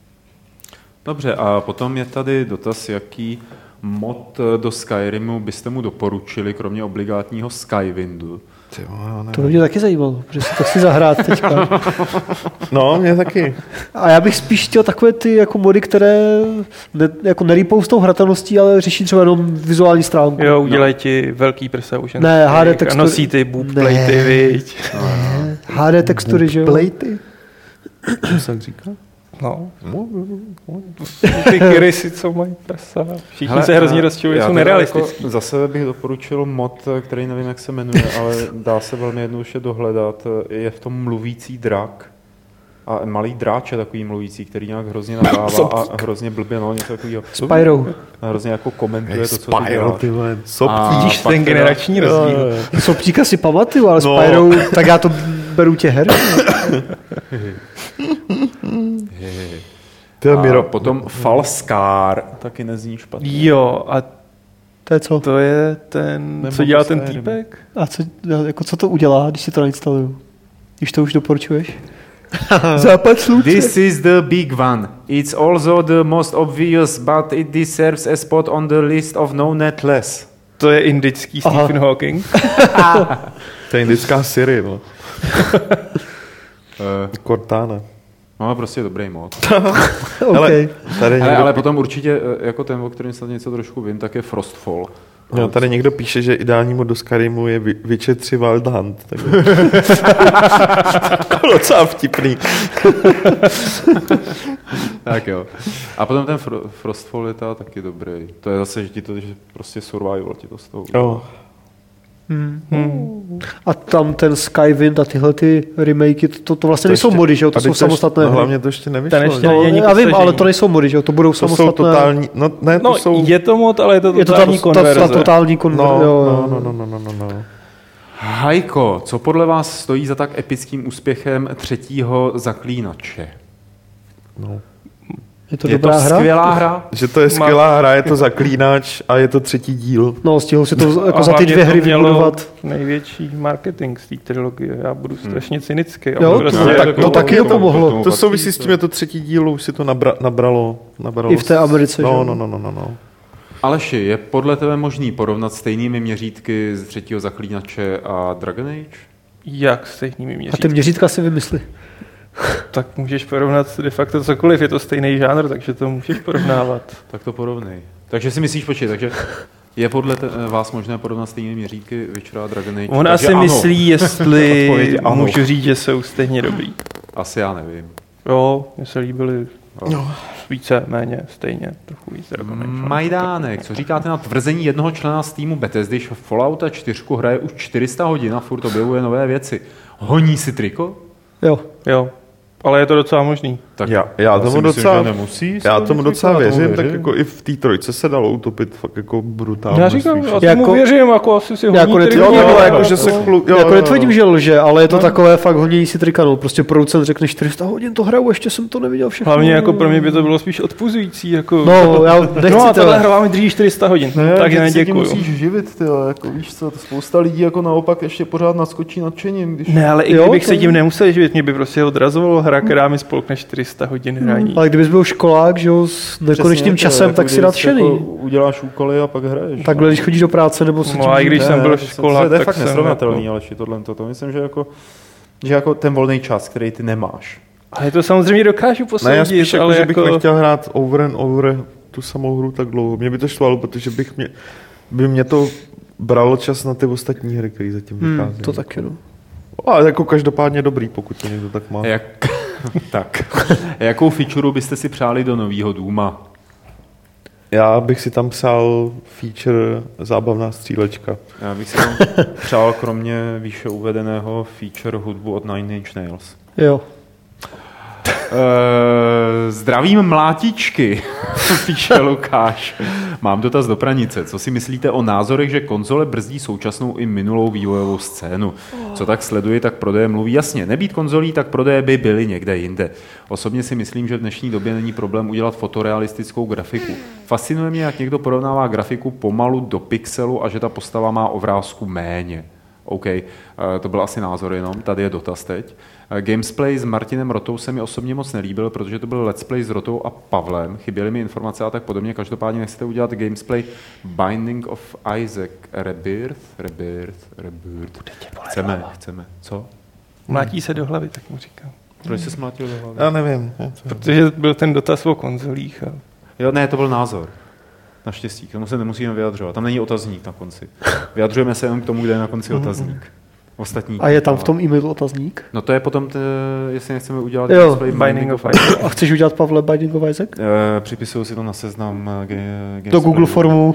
Dobře, a potom je tady dotaz, jaký mod do Skyrimu byste mu doporučili, kromě obligátního Skywindu? To by mě taky zajímalo, protože si to chci zahrát teďka. No, mě taky. A já bych spíš chtěl takové ty jako mody, které ne, jako nerýpou s tou hratelností, ale řeší třeba jenom vizuální stránku. Jo, udělají no. ti velký prsa už. Ne, H D textury. A nosí ty boobplaty, viď? Ne, H D textury, že jo? Boobplaty? Co se tak říká? No. Ty krysy, co mají prsa. Všichni Hele, se hrozně rozčilují, jsou nerealistický. Jako zase bych doporučil mod, který nevím, jak se jmenuje, ale dá se velmi jednoduše dohledat. Je v tom mluvící drak. A malý dráč je takový mluvící, který nějak hrozně nadává a hrozně blbě, no, něco takového. Spyro. A hrozně jako komentuje hey, to, co ty děláš. Soptík. Vidíš ten generační teda... rozdíl. No, Soptíka si pamatuju, ale no. Spyro, tak já to beru tě her. A potom Falskar, taky nezní špatně. Jo, a to je co? To je ten, Nebo co dělá ten týpek? A co, jako co to udělá, když si to nainstaluju? Když to už doporučuješ? Západ slunce. This is the big one. It's also the most obvious, but it deserves a spot on the list of no net less. To je indický Aha. Stephen Hawking. To je indická Siri, no. Cortana. No, prostě dobrý mod. Okay. Ale, ale, ale potom určitě, jako ten, o kterém se něco trošku vím, tak je Frostfall. No, tady někdo píše, že ideální mod do Skyrimu je Witcher tři Wild Hunt. Tak docela vtipný. Tak jo. A potom ten Frostfall je ta taky dobrý. To je zase, že ti to, že prostě survival ti to z toho. Oh. Hmm. Hmm. A tam ten Skywind a tyhle ty remakey, to, to vlastně to nejsou ještě, mody, že jo? To jsou to samostatné. No, hlavně to ještě nevyšlo. Ještě no, já vím, ale to nejsou mody, že jo? To budou to samostatné. Jsou totální, no, ne, to no, jsou... je to mod, ale je to totální konverze. Je to ta, ta totální konverze. No, no, no, no, no, no, no, no. Hajko, co podle vás stojí za tak epickým úspěchem třetího Zaklínače? No. Je to je dobrá to hra? skvělá hra? Že to je skvělá hra, je to Zaklínač a je to třetí díl. No, stihl si to jako za ty dvě hry vybudovat. Největší marketing z té trilogie. Já budu strašně cynický. Jo, prostě no, tak, to taky to pomohlo. To souvisí s tím, je to třetí díl, už si to nabra, nabralo, nabralo. I v té Americe, no, že? No, no, no, no, no. Aleši, je podle tebe možný porovnat stejnými měřítky z třetího Zaklínače a Dragon Age? Jak stejnými měřítky? A ty měřítka si vymysli. Tak můžeš porovnat de facto cokoliv, je to stejný žánr, takže to můžeš porovnávat. Tak to porovnej. Takže si myslíš, počkej, takže je podle te, vás možné porovnat stejnými měřítky Witchera a Dragon Age? On asi myslí, jestli můžu říct, že jsou stejně dobrý. Asi já nevím. Jo, mně se líbily no. více, méně, stejně, trochu víc Dragon Age. Majdánek, co říkáte na tvrzení jednoho člena z týmu Bethesdy, že Fallouta čtyři hraje už čtyři sta hodin a furt objevuje nové věci. Honí si triko? Jo. Jo. Ale je to docela možný. Tak já, já tomu myslím, docela, nemusí, já tomu docela věřím, věřím, tak jako i v té trojce se dalo utopit fakt jako brutálně. Já říkám, já tomu jako, věřím, jako asi si hodí jako trikanou. Jo, jako, jako, že se chlu, jo, jako netvrdím, že lže, ale je to no. takové fakt honění si trikanou. Prostě producent řekne čtyři sta hodin to hraju, ještě jsem to neviděl všechno. Hlavně jako pro mě by to bylo spíš odpuzující. Jako, no, já nechci no a tahle to. hra mi drží čtyři sta hodin, Ne, tak já děkuju. neděkuju. Musíš živit, tyjo, jako víš co, spousta lidí jako naopak ještě pořád naskočí nadšením. Když... Ne, ale i Jo, kdybych to se je- tím nemusel živit, mě by prostě odrazovalo hra, která mi spolkne čtyři sta hodin hraní. Ale kdybys byl školák, že jo, s nekonečným Přesně, časem, jako tak si když nadšený. Jako uděláš úkoly a pak hraješ. Takhle, když chodíš do práce, nebo se No a i když jsem byl školák, to je tak fakt jsem nesrovnatelný, jako- ale tohle to myslím, že jako, že jako ten volný čas, který ty nemáš. Ale to samozřejmě dokážu Ne, já posoudit, spíš jako, ale že bych jako... nechtěl hrát over and over tu samou hru tak dlouho. Mě by to štvalo, protože bych mě, by mě to bralo čas na ty ostatní hry, které zatím vychází. Hmm, to taky, no. A jako každopádně dobrý, pokud to někdo tak má. Jak, tak. Jakou feature byste si přáli do nového Dooma? Já bych si tam psal feature zábavná střílečka. Já bych si tam přál kromě výše uvedeného feature hudbu od Nine Inch Nails. Jo. Uh, zdravím mlátičky, píše Lukáš. Mám dotaz do pranice. Co si myslíte o názorech, že konzole brzdí současnou i minulou vývojovou scénu? Co tak sleduji, tak prodeje mluví jasně. Nebýt konzolí, tak prodeje by byly někde jinde. Osobně si myslím, že v dnešní době není problém udělat fotorealistickou grafiku. Fascinuje mě, jak někdo porovnává grafiku pomalu do pixelu a že ta postava má ovrázku méně. OK, to byl asi názor jenom, tady je dotaz teď. Gamesplay s Martinem Rotou se mi osobně moc nelíbil, protože to byl let's play s Rotou a Pavlem, chyběly mi informace a tak podobně, každopádně nechcete udělat gamesplay Binding of Isaac Rebirth, Rebirth, Rebirth. Chceme, chceme. Co? Mlátí se do hlavy, tak mu říkám. Proč se smlátil do hlavy? Já nevím. Protože byl ten dotaz o konzolích. A... Jo, ne, to byl názor. Naštěstí, k tomu se nemusíme vyjadřovat. Tam není otazník na konci. Vyjadřujeme se jenom k tomu, kde je na konci otazník. Ostatní. A je tam v tom e-mailu otazník? No to je potom, t, jestli nechceme udělat Jo. display Binding of Isaac. A chceš udělat, Pavle, Binding of Isaac? E, připisuju si to na seznam ge, Do Google formu.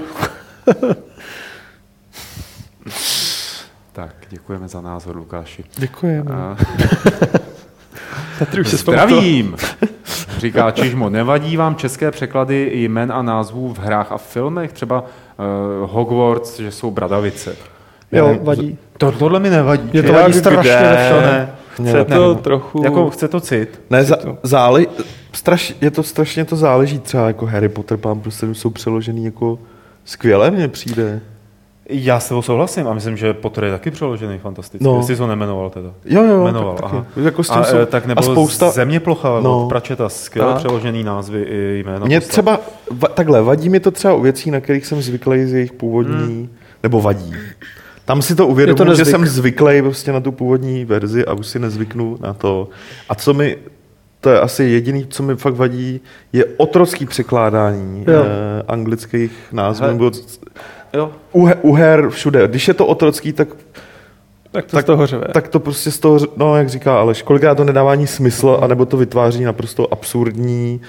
Tak, děkujeme za názor, Lukáši. Děkujeme. A, Petr už se zdravím! Říká Čižmo, nevadí vám české překlady jmen a názvů v hrách a v filmech? Třeba uh, Hogwarts, že jsou bradavice. Jo, vadí. To, tohle mi nevadí. Mě to Jak vadí kde? strašně ve To ne. Chce Ne, to ne, trochu... Jako chce to cit. Ne, za, zále, straš, je to strašně to záleží, třeba jako Harry Potter, Pán prstenů jsou přeložený jako skvěle, mně přijde. Já s tebou souhlasím a myslím, že Potter je taky přeložený fantasticky. No. Jestli jsi ho nemenoval teda. Jo, jo, Jmenoval, tak, aha. taky. Jako s tím A, jsou, e, tak nebo a spousta... Země plocha No. od Pračeta, skvěle A? přeložený názvy i jména. Mně postav. třeba, va, takhle, vadí mi to třeba u věcí, na kterých jsem zvyklý z jejich původní, hmm. nebo vadí. Tam si to uvědomuji, že jsem zvyklý prostě na tu původní verzi a už si nezvyknu na to. A co mi, to je asi jediný, co mi fakt vadí, je otrocký překládání eh, anglických názvů. Nebo, Jo. U, u her všude. Když je to otrocký, tak Tak to tak, z toho řve. Tak to prostě z toho, no jak říká Aleš, kolikrát to nedává ani smysl, anebo to vytváří naprosto absurdní,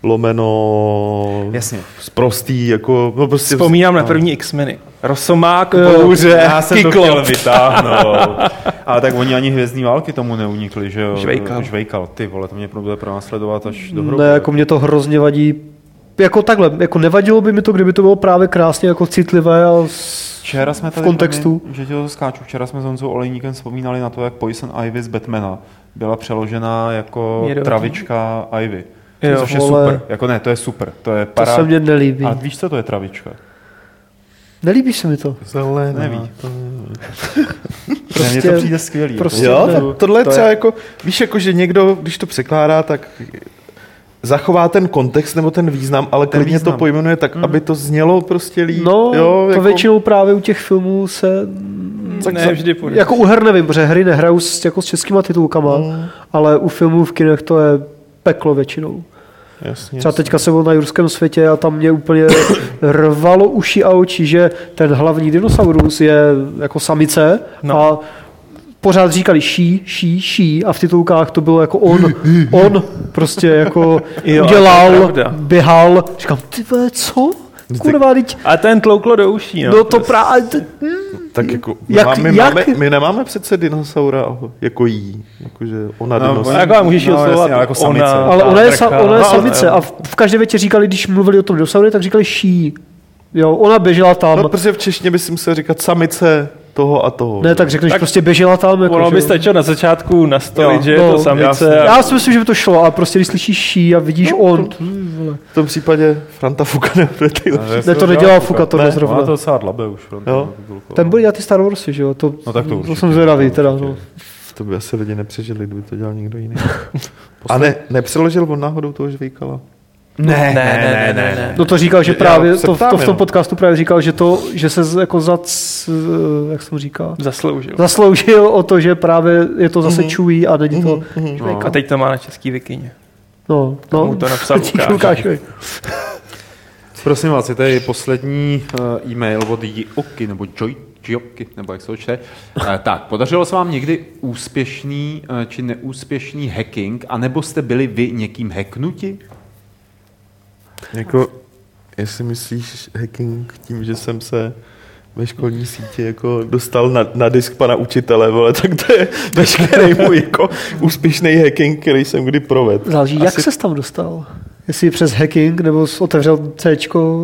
lomeno, Jasně. sprostý, jako, no prostě... Vzpomínám no. na první X-meny. Rosomák, Jo, bouře, já jsem to chtěl Kyklop. vytáhnout. Ale tak oni ani hvězdní války tomu neunikli, že jo? Žvejkal. Žvejkal, ty vole, to mě bude pronásledovat až do hrobu. Ne, jako mě to hrozně vadí. Jako takhle, jako nevadilo by mi to, kdyby to bylo právě krásně jako citlivé a s... Včera jsme tady v kontextu. Tady, že ti to skáču, včera jsme s Honzou Olejníkem vzpomínali na to, jak Poison Ivy z Batmana byla přeložena jako Měrový. travička Ivy. Jo, což je vole. super. Jako ne, to je super. To je To parád. se mně nelíbí. A víš, co to je travička? Nelíbí se mi to. Zelená. Neví. To... Prostě, mně to přijde skvělý. prostě jako. Jo, ne. tak tohle je To je- třeba jako, víš, jako, že někdo, když to překládá, tak zachová ten kontext nebo ten význam, ale Ten klidně význam. to pojmenuje tak, Mm. aby to znělo prostě líp. No, jo, to většinou právě u těch filmů se... Tak Ne, za- vždy půjde. Jako u her nevím, protože hry nehraju s, jako s českýma titulkama, Mm. ale u filmů v kinech to je peklo většinou. Jasně, Třeba jasně. teďka jsem byl na Jurském světě a tam mě úplně rvalo uši a oči, že ten hlavní dinosaurus je jako samice No. a pořád říkali ší, ší, ší a v titulkách to bylo jako on, on prostě jako Jo, udělal, to je pravda. běhal. Říkám, ty vole, co? Kurva, teď... A ten tlouklo do uší, no. No to prostě. právě... hm, Tak jako, my, Jak- máme, jak- máme, my nemáme přece dinosaura jako jí, jakože ona No, dinosaur. oni- Jako můžeš No, oslovovat jasně, jako samice. ona, Ale ona je, sa, draka. ona je No, samice ale- a v, v každé větě říkali, když mluvili o tom dinosaury, tak říkali ší. Jo, ona běžela tam. No, protože v češtině by si musel říkat samice toho a toho. Ne, tak řekneš, Tak prostě běžela tam. Jako, Ono že by jo. stačilo na začátku nastolit, Jo, že je no, to samice. jasně. A... Já si myslím, že by to šlo, ale prostě když slyšíš ší a vidíš No, on. to- V tom případě Franta Fuka nebude ty lepší. Ne, to nedělá Fuka, to Ne, ne, zrovna. Ona to docela dlabe už. Franta, Jo. to Ten bude dělat ty Star Warsy, že jo? To, No tak to to určitě. jsem zvědavý teda. No. To by asi lidi nepřežili, kdyby to dělal někdo jiný. A ne, nepřeložil on náhodou toho žvejkala? Ne, Ne, ne, ne, ne, ne. No to říkal, že Já právě, se to, ptám to v tom jenom. podcastu právě říkal, že to, že se z- jako zac, jak jsem říká, Zasloužil. zasloužil o to, že právě je to zase Mhm. čují a není to Mhm. žvejka. A teď to má na český vikině. No, no. Mu to napsal Díky Lukáš. Lukášovi. Prosím vás, je tady poslední uh, e-mail od Joky, nebo Joy, Joky, nebo jak se to čte. Uh, tak, podařilo se vám někdy úspěšný uh, či neúspěšný hacking, anebo jste byli vy někým hacknuti? Jako, jestli myslíš hacking tím, že jsem se ve školní síti jako dostal na, na disk pana učitele, vole, tak to je veškerý můj jako úspěšný hacking, který jsem kdy provedl. Záleží, jak ses tam dostal? Jestli přes hacking, nebo jsi otevřel Cčko.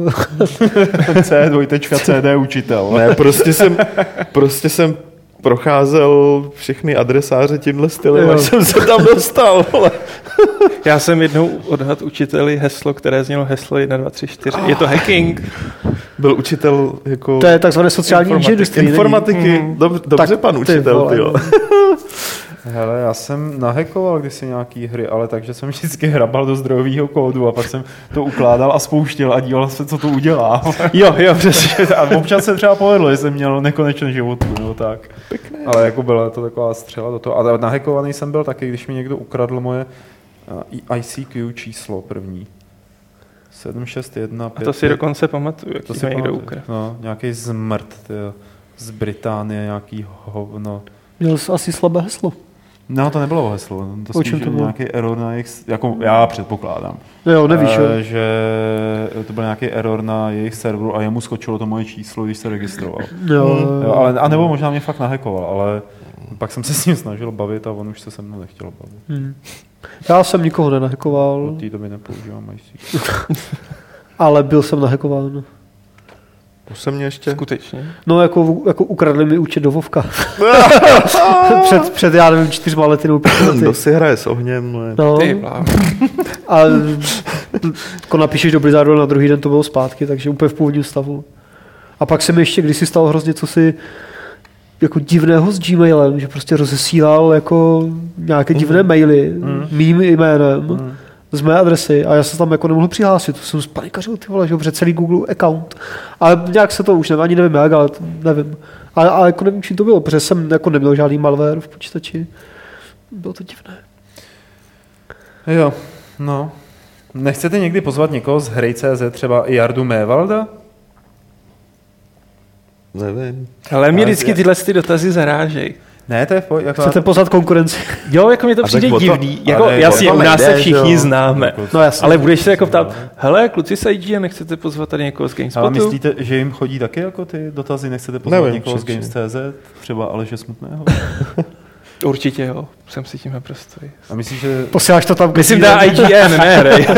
C, dvojtečka, C D učitel. Ne, prostě jsem, prostě jsem procházel všechny adresáře tímhle stylem, Jo. až jsem se tam dostal, vole. Já jsem jednou odhad učiteli heslo, které znělo heslo jedna, dva, tři, čtyři. Je to hacking. Byl učitel jako... To je takzvané sociální Informatik- inženýrství. není? informatiky. Dobře, dobře Tak pan ty učitel, vole, jo. no. Hele, já jsem nahackoval kdysi nějaký hry, ale takže jsem vždycky hrabal do zdrojového kódu a pak jsem to ukládal a spouštěl a díval se, co to udělá. Jo, jo, přesně. A občas se třeba povedlo, že jsem měl nekonečnou životku, nebo tak. Pěkné. Ale jako byla to taková střela do toho. A nahackovaný jsem byl taky, když mi někdo ukradl moje uh, I C Q číslo první. sedm šest jedna A pět. to si dokonce pamatuju, jak to to si si někdo pamatuju. ukradl. No, nějaký zmrt, tyjo, z Británie, nějaký hovno. Měl jsi asi slabé heslo. No, to nebylo heslo, to O čem spíš to bylo? nějaký error na jejich, jako já předpokládám. Jo, nevíš, jo. Eh, že to byl nějaký error na jejich serveru a jemu skočilo to moje číslo, když se registroval. Jo, Jo, ale, a nebo možná mě fakt nahackoval, ale pak jsem se s ním snažil bavit a on už se se mnou nechtěl bavit. Hmm. Já jsem nikoho nenahackoval, Od té doby nepoužívám I C Q. ale byl jsem nahackován. To jsem mě ještě... Skutečně. No, jako, jako ukradli mi účet do Vovka. před, před, já nevím, čtyřma lety nebo pět lety. Kdo si hraje s ohněm, no. No, Ty bláho. a jako napíšeš do Blizzardu, na druhý den to bylo zpátky, takže úplně v původním stavu. A pak se mi ještě kdysi stalo hrozně cosi jako divného s Gmailem, že prostě rozesílal jako nějaké divné maily Mm. mým jménem Mm. z mé adresy a já se tam jako nemohl přihlásit, to jsem spanikařil, ty vole, že jo, před celý Google account. Ale nějak se to už nevím, ani nevím jak, ale to nevím. Ale, ale jako nevím, čím to bylo, protože jsem jako neměl žádný malware v počítači. Bylo to divné. Jo, no. Nechcete někdy pozvat někoho z hry tečka cé zet, třeba i Jardu Mévalda? Nevím. Ale mě Ale vždycky je- tyhle ty dotazy zarážej. Ne, to je v po- jako Chcete pozvat konkurenci? Jo, jako mi to A přijde tak o to- divný. Jako, ale jasně, o to u nás nejde, se že všichni jo. známe. No jasně. Ale budeš se jako ptát, hele, kluci z I G, nechcete pozvat tady někoho z Ale GameSpotu? myslíte, že jim chodí taky jako ty dotazy? Nechcete pozvat Nevím, někoho z přesně. Games tečka cé zet? Třeba Aleše Smutného? Určitě jo, jsem si tím naprosto jist. A myslíš, že... Posíláš to tam. Myslím, dá I G N, ne hrej.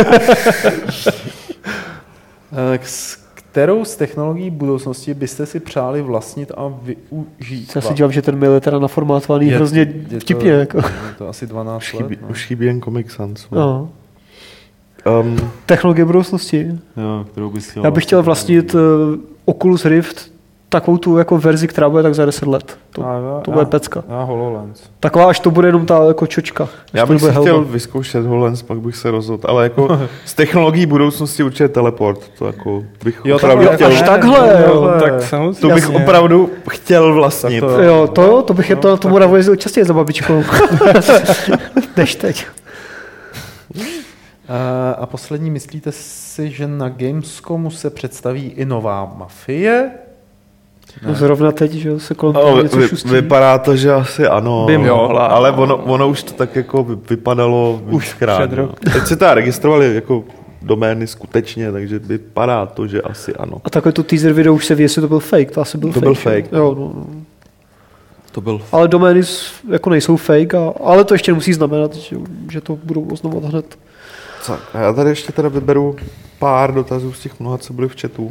Eh, s kterou z technologií budoucnosti byste si přáli vlastnit a využít? Já si dělám, že ten mail je teda naformátovaný Je- hrozně je vtipně. To, Jako. je to asi dvanáct Už let. chybí, No. už chybí jen Comic Sans. No. Um, Technologie budoucnosti. Jo, kterou bys chtěl Já bych chtěl vlastnit uh, Oculus Rift, takovou tu jako verzi, která bude tak za deset let. To, A já- to bude já- pecka. Já HoloLens. Taková, až to bude jenom ta jako čočka. já Až to bych si nebude chtěl helma. vyzkoušet HoloLens, pak bych se rozhodl. Ale jako z technologií budoucnosti určitě teleport. To jako bych Jo, opravdu takhle, chtěl. až takhle, jo. Tak samozřejmě. To bych Jasně. opravdu chtěl vlastnit. Tak to- Jo, to jo, to bych je No, to na tomu Moravu jezdil častěji za babičkou. Než teď. A, a poslední, myslíte si, že na Gamescomu se představí i nová Mafie? No, zrovna teď, že jo, se kolem No, toho něco vy, šustí. vypadá to, že asi ano. By mohla. Ale ono, ono už to tak jako vy- vypadalo Už víckrát, před no. rok. Teď se teda registrovali jako domény skutečně, takže vypadá to, že asi ano. A takové to teaser video už se ví, jestli to byl fake, to asi byl to fake. Byl fake. Jo, no, no. To byl ale domény jako nejsou fake, a, ale to ještě musí znamenat, že, že to budou oznamovat hned. Tak, a já tady ještě teda vyberu pár dotazů z těch mnoha, co byly v chatu.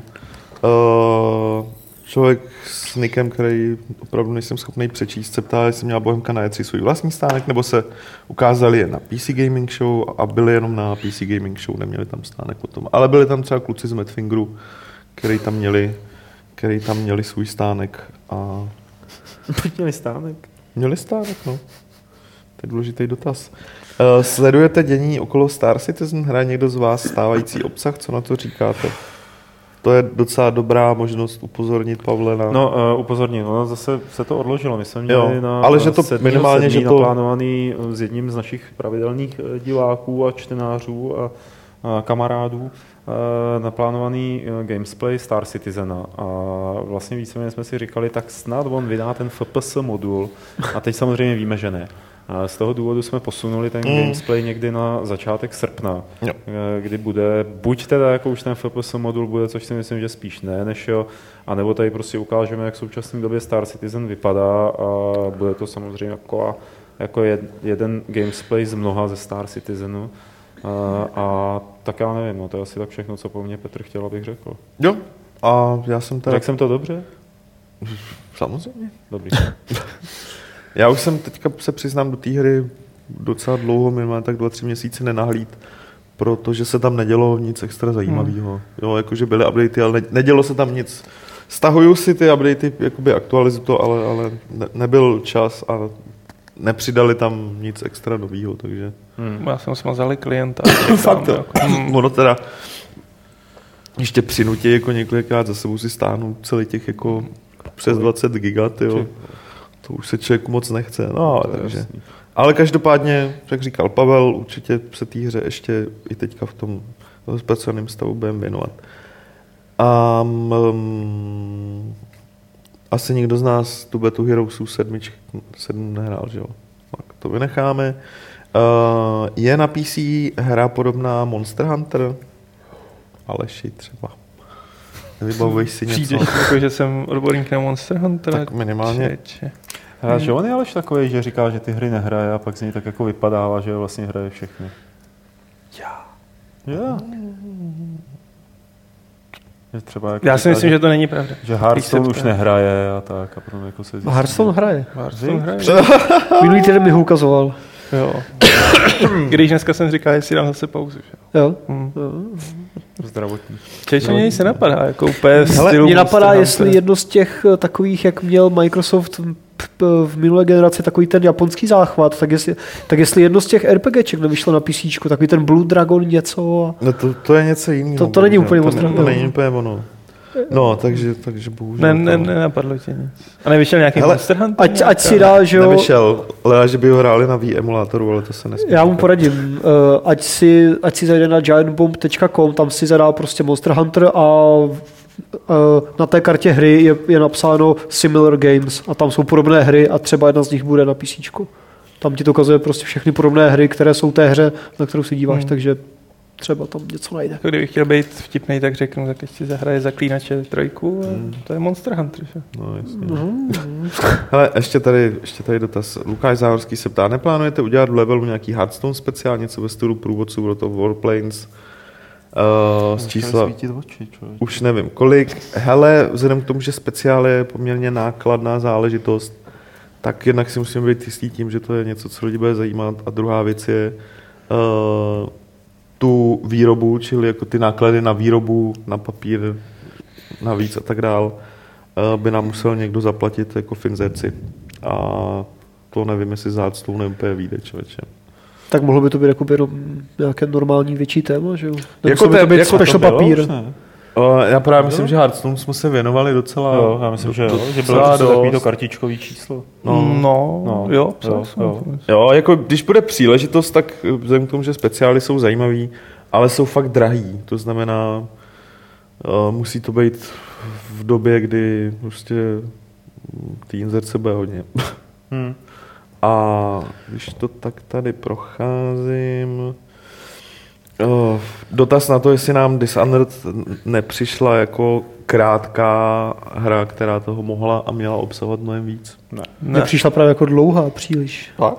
Uh, člověk s nikem, který opravdu nejsem schopný přečíst, se ptá, jestli měla Bohemka na E tři svůj vlastní stánek, nebo se ukázali je na P C Gaming Show a byli jenom na P C Gaming Show, neměli tam stánek potom. Ale byli tam třeba kluci z Madfingeru, který tam měli, který tam měli svůj stánek. A... Měli stánek? Měli stánek, no. To je důležitý dotaz. Uh, sledujete dění okolo Star Citizen? Hraje někdo z vás stávající obsah? Co na to říkáte? To je docela dobrá možnost upozornit Pavle na... No, uh, upozornit, no, zase se to odložilo. My jsme měli jo, na, ale že to sedmý, minimálně, sedmý že to... naplánovaný s jedním z našich pravidelných diváků a čtenářů a, a kamarádů uh, naplánovaný gamesplay Star Citizena. A vlastně víceméně jsme si říkali, tak snad on vydá ten F P S modul. A teď samozřejmě víme, že ne. Z toho důvodu jsme posunuli ten mm. gamesplay někdy na začátek srpna, jo. kdy bude buď teda jako už ten F P S modul bude, což si myslím, že spíš ne, než jo, anebo tady prostě ukážeme, jak v současné době Star Citizen vypadá a bude to samozřejmě jako, jako jed, jeden gamesplay z mnoha ze Star Citizenu. A, a tak já nevím, no to je asi tak všechno, co po mně Petr chtěl, abych řekl. Jo, a já jsem teda... Řekl jsem to dobře? Samozřejmě. Dobrý. Já už jsem teďka se přiznám do té hry docela dlouho, minimálně tak dva, tři měsíce nenahlíd, protože se tam nedělo nic extra zajímavého. Hmm. Jo, jakože byly updaty, ale ne, nedělo se tam nic. Stahuju si ty updaty, jakoby aktualizuju to, ale, ale ne, nebyl čas a nepřidali tam nic extra nového, takže... Hmm. Já jsem smazali klienta. Fakt to. Jako, hmm. Ono teda ještě přinutí jako několikrát za sebou si stáhnout celý těch jako přes dvacet gigat, jo. To už se člověku moc nechce, no takže. Ale každopádně, jak říkal Pavel, určitě se té hře ještě i teďka v tom zpracovaném stavu budeme věnovat. Um, um, asi někdo z nás tu Betu Heroesů sedm nehrál, že jo? Tak to vynecháme. Uh, je na P C hra podobná Monster Hunter? Aleši třeba. Vybavuješ si něco? Přijdeš jako, že jsem odborník na Monster Hunter? Tak minimálně. Čeče. A že on je Aleš takový, že říká, že ty hry nehraje a pak z něj tak jako vypadává, že vlastně hraje všechny. Já. Já. Že třeba jako Já si myslím, že, že to není pravda. Že Hearthstone už nehraje a tak. A potom jako se zjistí. Hearthstone hraje. Hearthstone hraje. Minulý týden mi ho ukazoval. Jo. Když dneska jsem říkal, jestli dám zase pauzu. Že? Jo. Hmm. Zdravotní. Čeče mě se napadá, jako úplně v Hele, stylu mě napadá, Monster jestli Hunter. jedno z těch takových, jak měl Microsoft v minulé generaci takový ten japonský záchvat, tak jestli, tak jestli jedno z těch RPGček nevyšlo na PCčku, takový ten Blue Dragon něco. A... No to, to je něco jiného. To, to není úplně moc. To, to není úplně ono. No, takže, takže bohužel. Ne, ne, nenapadlo tě nic. A nevyšel nějaký Hele, Monster Hunter? Ať, ať si dá, že jo. Nevyšel, ale že by ho hráli na Wii emulátoru, ale to se nesmí. Já mu poradím, uh, ať, si, ať si zajde na giant bomb tečka com, tam si zadá prostě Monster Hunter a uh, na té kartě hry je, je napsáno Similar Games a tam jsou podobné hry a třeba jedna z nich bude na PCčku. Tam ti to ukazuje prostě všechny podobné hry, které jsou té hře, na kterou si díváš, hmm. takže třeba tam něco najde. Kdybych chtěl být vtipnej, tak řeknu, tak ještě zahraje Zaklínače trojku a hmm. to je Monster Hunter. Že? No, jasně. Mm. Hele, ještě tady, ještě tady dotaz. Lukáš Záhorský se ptá, neplánujete udělat v levelu nějaký Hearthstone speciál, něco ve stylu průvodců World of Warplanes? Uh, z čísla oči, už nevím kolik. Hele, vzhledem k tomu, že speciál je poměrně nákladná záležitost, tak jednak si musíme být jistý tím, že to je něco, co lidi bude zajímat. A druhá věc je uh, tu výrobu, čili jako ty náklady na výrobu, na papír, navíc a tak dál, uh, by nám musel někdo zaplatit jako finzerci. A to nevím, jestli za Hearthstone úplně vyjde, člověče. Tak mohlo by to být jako nějaké normální větší téma, že jo? Jako by to být jako special to papír. Uh, já právě myslím, že Hearthstone jsme se věnovali docela... Jo, já myslím, že jo, že bylo dost. takový to kartičkový číslo. No, no, no jo, jo, jo. jo, jako když bude příležitost, tak vzhledem k tomu, že speciály jsou zajímavý, ale jsou fakt drahý. To znamená, uh, musí to být v době, kdy prostě ty inzerce bude hodně. Hmm. A když to tak tady procházím... Uh, dotaz na to, jestli nám Dishonored nepřišla jako krátká hra, která toho mohla a měla obsahovat mnohem víc. Ne. Ne. Nepřišla právě jako dlouhá příliš. A?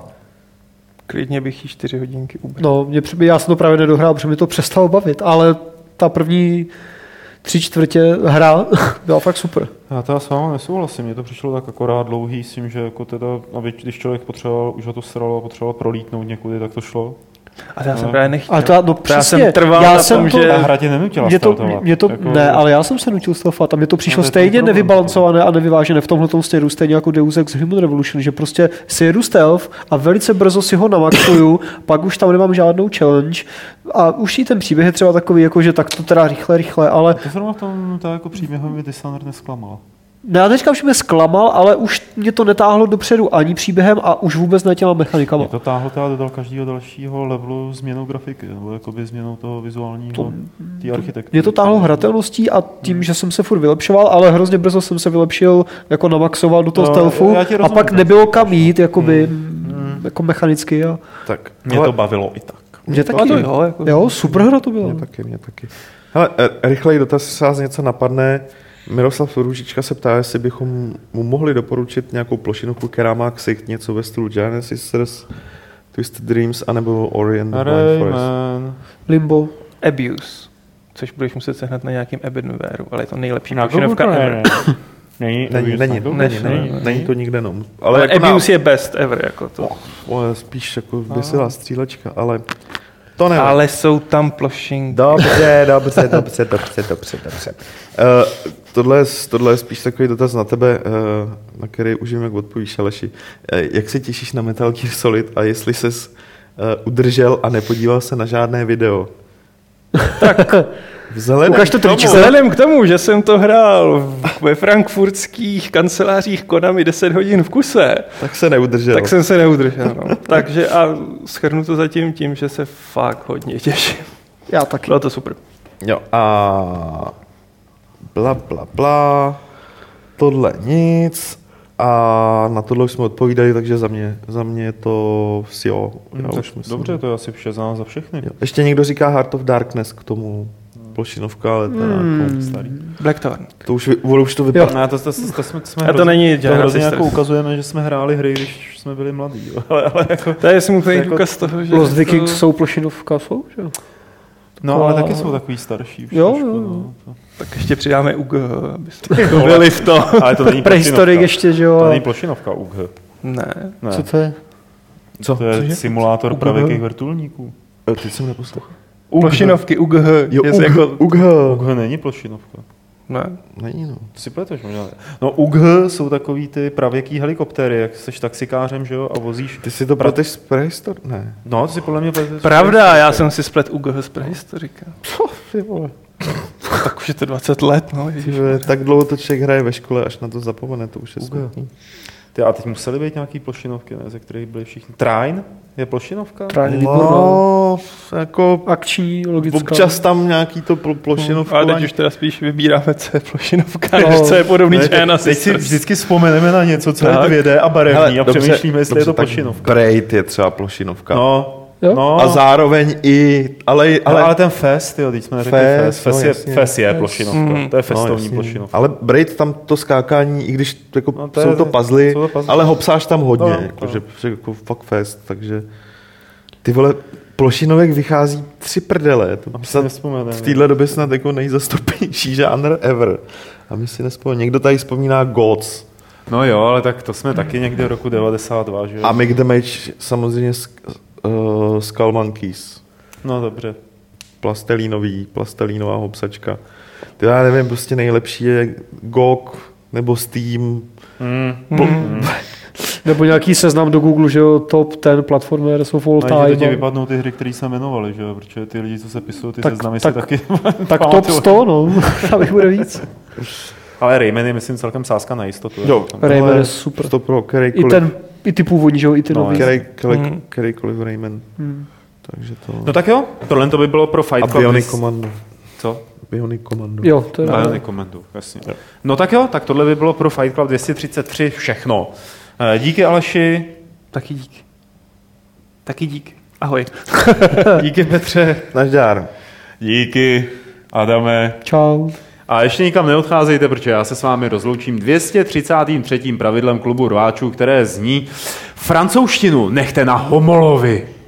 Klidně bych jí čtyři hodinky ubral. No, mě, já jsem to právě nedohrál, protože mi to přestalo bavit, ale ta první tři čtvrtě hra byla fakt super. Já teda s váma nesouhlasím, mně to přišlo tak akorát dlouhý s tím, že jako teda, aby, když člověk potřeboval, už ho to sralo a potřeboval prolítnout někudy, tak to šlo. Ale já jsem No. právě nechtěl. Ale to, no, To já přesně, jsem trval já na jsem tom, to, že... Ta hra tě nenutila mě to, startovat. mě to, Jako- ne, ale já jsem se nutil stealthovat a mě to přišlo No, to je stejně problém, nevybalancované a nevyvážené v tomhletom směru, stejně jako Deus Ex Human Revolution, že prostě si jedu stealth a velice brzo si ho namaxuju, pak už tam nemám žádnou challenge a už i ten příběh je třeba takový, jako, že tak to teda rychle, rychle, ale To zrovna v tom ta jako příběhem mi Dishonored nesklamala. ne, já neříkám, že mě zklamal, ale už mě to netáhlo dopředu ani příběhem a už vůbec ne těma mechanikama. Mě to táhlo teda do každého dalšího levelu změnou grafiky, nebo jakoby změnou toho vizuálního, To- té architektury. Mě to táhlo hratelností a tím, že jsem se furt vylepšoval, ale hrozně brzo jsem se vylepšil, jako namaxoval do toho No, stealthu já ti a rozumím, pak tak nebylo to kam jít, jakoby, Hmm. jako mechanicky. A Tak, Mě hele, to bavilo i tak. mě taky. to jo, jako- jo, super hra to byla. Mě taky, mě taky. Hele, e, rychlej dotaz, jestli vás něco napadne. Miroslav Růžička se ptá, jestli bychom mu mohli doporučit nějakou plošinovku, která má ksicht, něco ve stylu Giant Sisters, Twisted Dreams, anebo Ori and the Blind Forest. Rayman. Limbo. Abuse, což budeš muset sehnat na nějakým Abandonwareu, ale je to nejlepší Na plošinovka Google ever. ne. Není, Není, není, na Google? není, Ne, není, ne, není ne. to nikde nom. Ale, Ale ale jako Abuse je best ever, jako to. na, o, spíš jako vysilá střílečka, ale to nevím. Ale jsou tam plošinky. Dobře, dobře, dobře, dobře, dobře, dobře. Uh, tohle, je, tohle je spíš takový dotaz na tebe, uh, na který už vím, jak odpovíš, Aleši. Uh, jak se těšíš na Metal Gear Solid a jestli ses uh, udržel a nepodíval se na žádné video? Tak, Vzhledem Ukaž to k tomu- tričko. vzhledem k tomu, že jsem to hrál ve frankfurtských kancelářích Konami deset hodin v kuse, Tak se neudržel. tak jsem se neudržel. No. Takže a shrnu to zatím tím, že se fakt hodně těším. Já taky. Bylo to super. Jo, a bla, bla, bla, tohle nic a na tohle už jsme odpovídali, takže za mě, za mě je to jo. No, Já tak už myslím. dobře, to je asi vše za nás za všechny. Jo. Ještě někdo říká Heart of Darkness k tomu plošinovka, ale to, Hmm. jako, Starý. Blackthorn. to už, vy- už to vypadá. Ne, to, to, to, to, jsme, to jsme A to hrozně- není to Giant hrozně Sisters. jako ukazujeme, že jsme hráli hry, když jsme byli mladí. Jo. Ale, ale jako, To je smutný jako- důkaz toho, že... Lost to- Vikings jsou plošinovka, jsou, že jo? no, ale A- taky jsou takový starší. Už Jo, trošku, jo, jo. no. To- Tak ještě přidáme U G H, abyste byli v to. Ale to není Prehistorik plošinovka. ještě, že jo? To a- není plošinovka U G H. Ne. Ne. Co to je? Co? To je Cože? simulátor U G H? pravěkých vrtulníků. E, Teď jsem neposlouchal. Plošinovky U G H. Jo, je U G H, jako... U G H. U G H není plošinovka. Ne. Není, no. To si pleteš možná. No U G H jsou takový ty pravěký helikoptéry, jak jsi taxikářem, že jo, a vozíš. Ty si to Pra- pleteš z Prehistor? Ne. No, to si podle mě pleteš. Pravda, já jsem si splet U G H z prehistorika. Ty vole. Tak už je to dvacet let, no. Ty ježiš. vole, tak dlouho to člověk hraje ve škole, až na to zapomene, to už je U G H. smutný. Ty, a teď museli být nějaký plošinovky, ne, ze kterých byli všichni. Trine je plošinovka? Tráně výborná. No, jako Akční, logická. občas tam nějaký to pl- plošinovku. Ale teď už teda spíš vybíráme, co je plošinovka, No. než co je podobný Ne, teď, Giant teď si Sisters. vždycky vzpomeneme na něco, co je Tak. dvě dé a barevný Hele, a dobře, přemýšlíme, jestli dobře, je to tak plošinovka. Braid je třeba plošinovka. No, Jo? no. A zároveň i, ale, ale, ale, ale ten Fest, jo, teď jsme neřekli Fest, Fest. Fest, no, je, jasně. Fest je plošinovka, Mm. to je no, festovní jasně. plošinovka. Ale Braid tam to skákání, i když jako No, to je- jsou to puzzly, jsou to puzzle. ale hopsáš tam hodně, No, jako, no. že, že jako fuck fest, takže ty vole, plošinovek vychází tři prdele. To A my si snad nevzpomeneme. v téhle době snad jako nejzastupenější žánr ever. A my si nespomínáme. Někdo tady vzpomíná Gods. No jo, ale tak to jsme taky někde v roku devadesát dva, že jo? A Mick Damage samozřejmě sk- uh, Skull Monkeys. No dobře. Plastelínový, plastelínová hopsačka. Ty já nevím, prostě nejlepší je G O G nebo Steam. Mm. Mm. Nebo nějaký seznam do Google, že jo, top ten platformers of all A že ti time. vypadnou ty hry, které se jmenovaly, že jo? Protože ty lidi, co se pisují ty Tak- seznamy, tak- si taky Tak top pamatují. sto, no. Tam jich bude víc. Ale Rayman je, myslím, celkem sázka na jistotu. Jo, jako tam. Rayman ale je super. To pro I, kterýkoliv, ten, I ty původní, že jo, i ty No, nový. který, který, Hmm. kterýkoliv Rayman. Hmm. Takže to... No tak jo, tohle to by bylo pro a Fight Club. Bionic dvě- Commando. Co? Bionic Commando. Jo, to je No, rád. Bionic Commando, jasně. No tak jo, tak tohle by bylo pro Fight Club dvě stě třicet tři všechno. Eh, Díky Aleši. Taky dík. Taky dík. Ahoj. Díky, Petře. Nazdar. Díky, Adame. Čau. A ještě nikam neodcházejte, protože já se s vámi rozloučím dvě stě třicátým třetím pravidlem klubu rváčů, které zní: francouzštinu nechte na homolovi.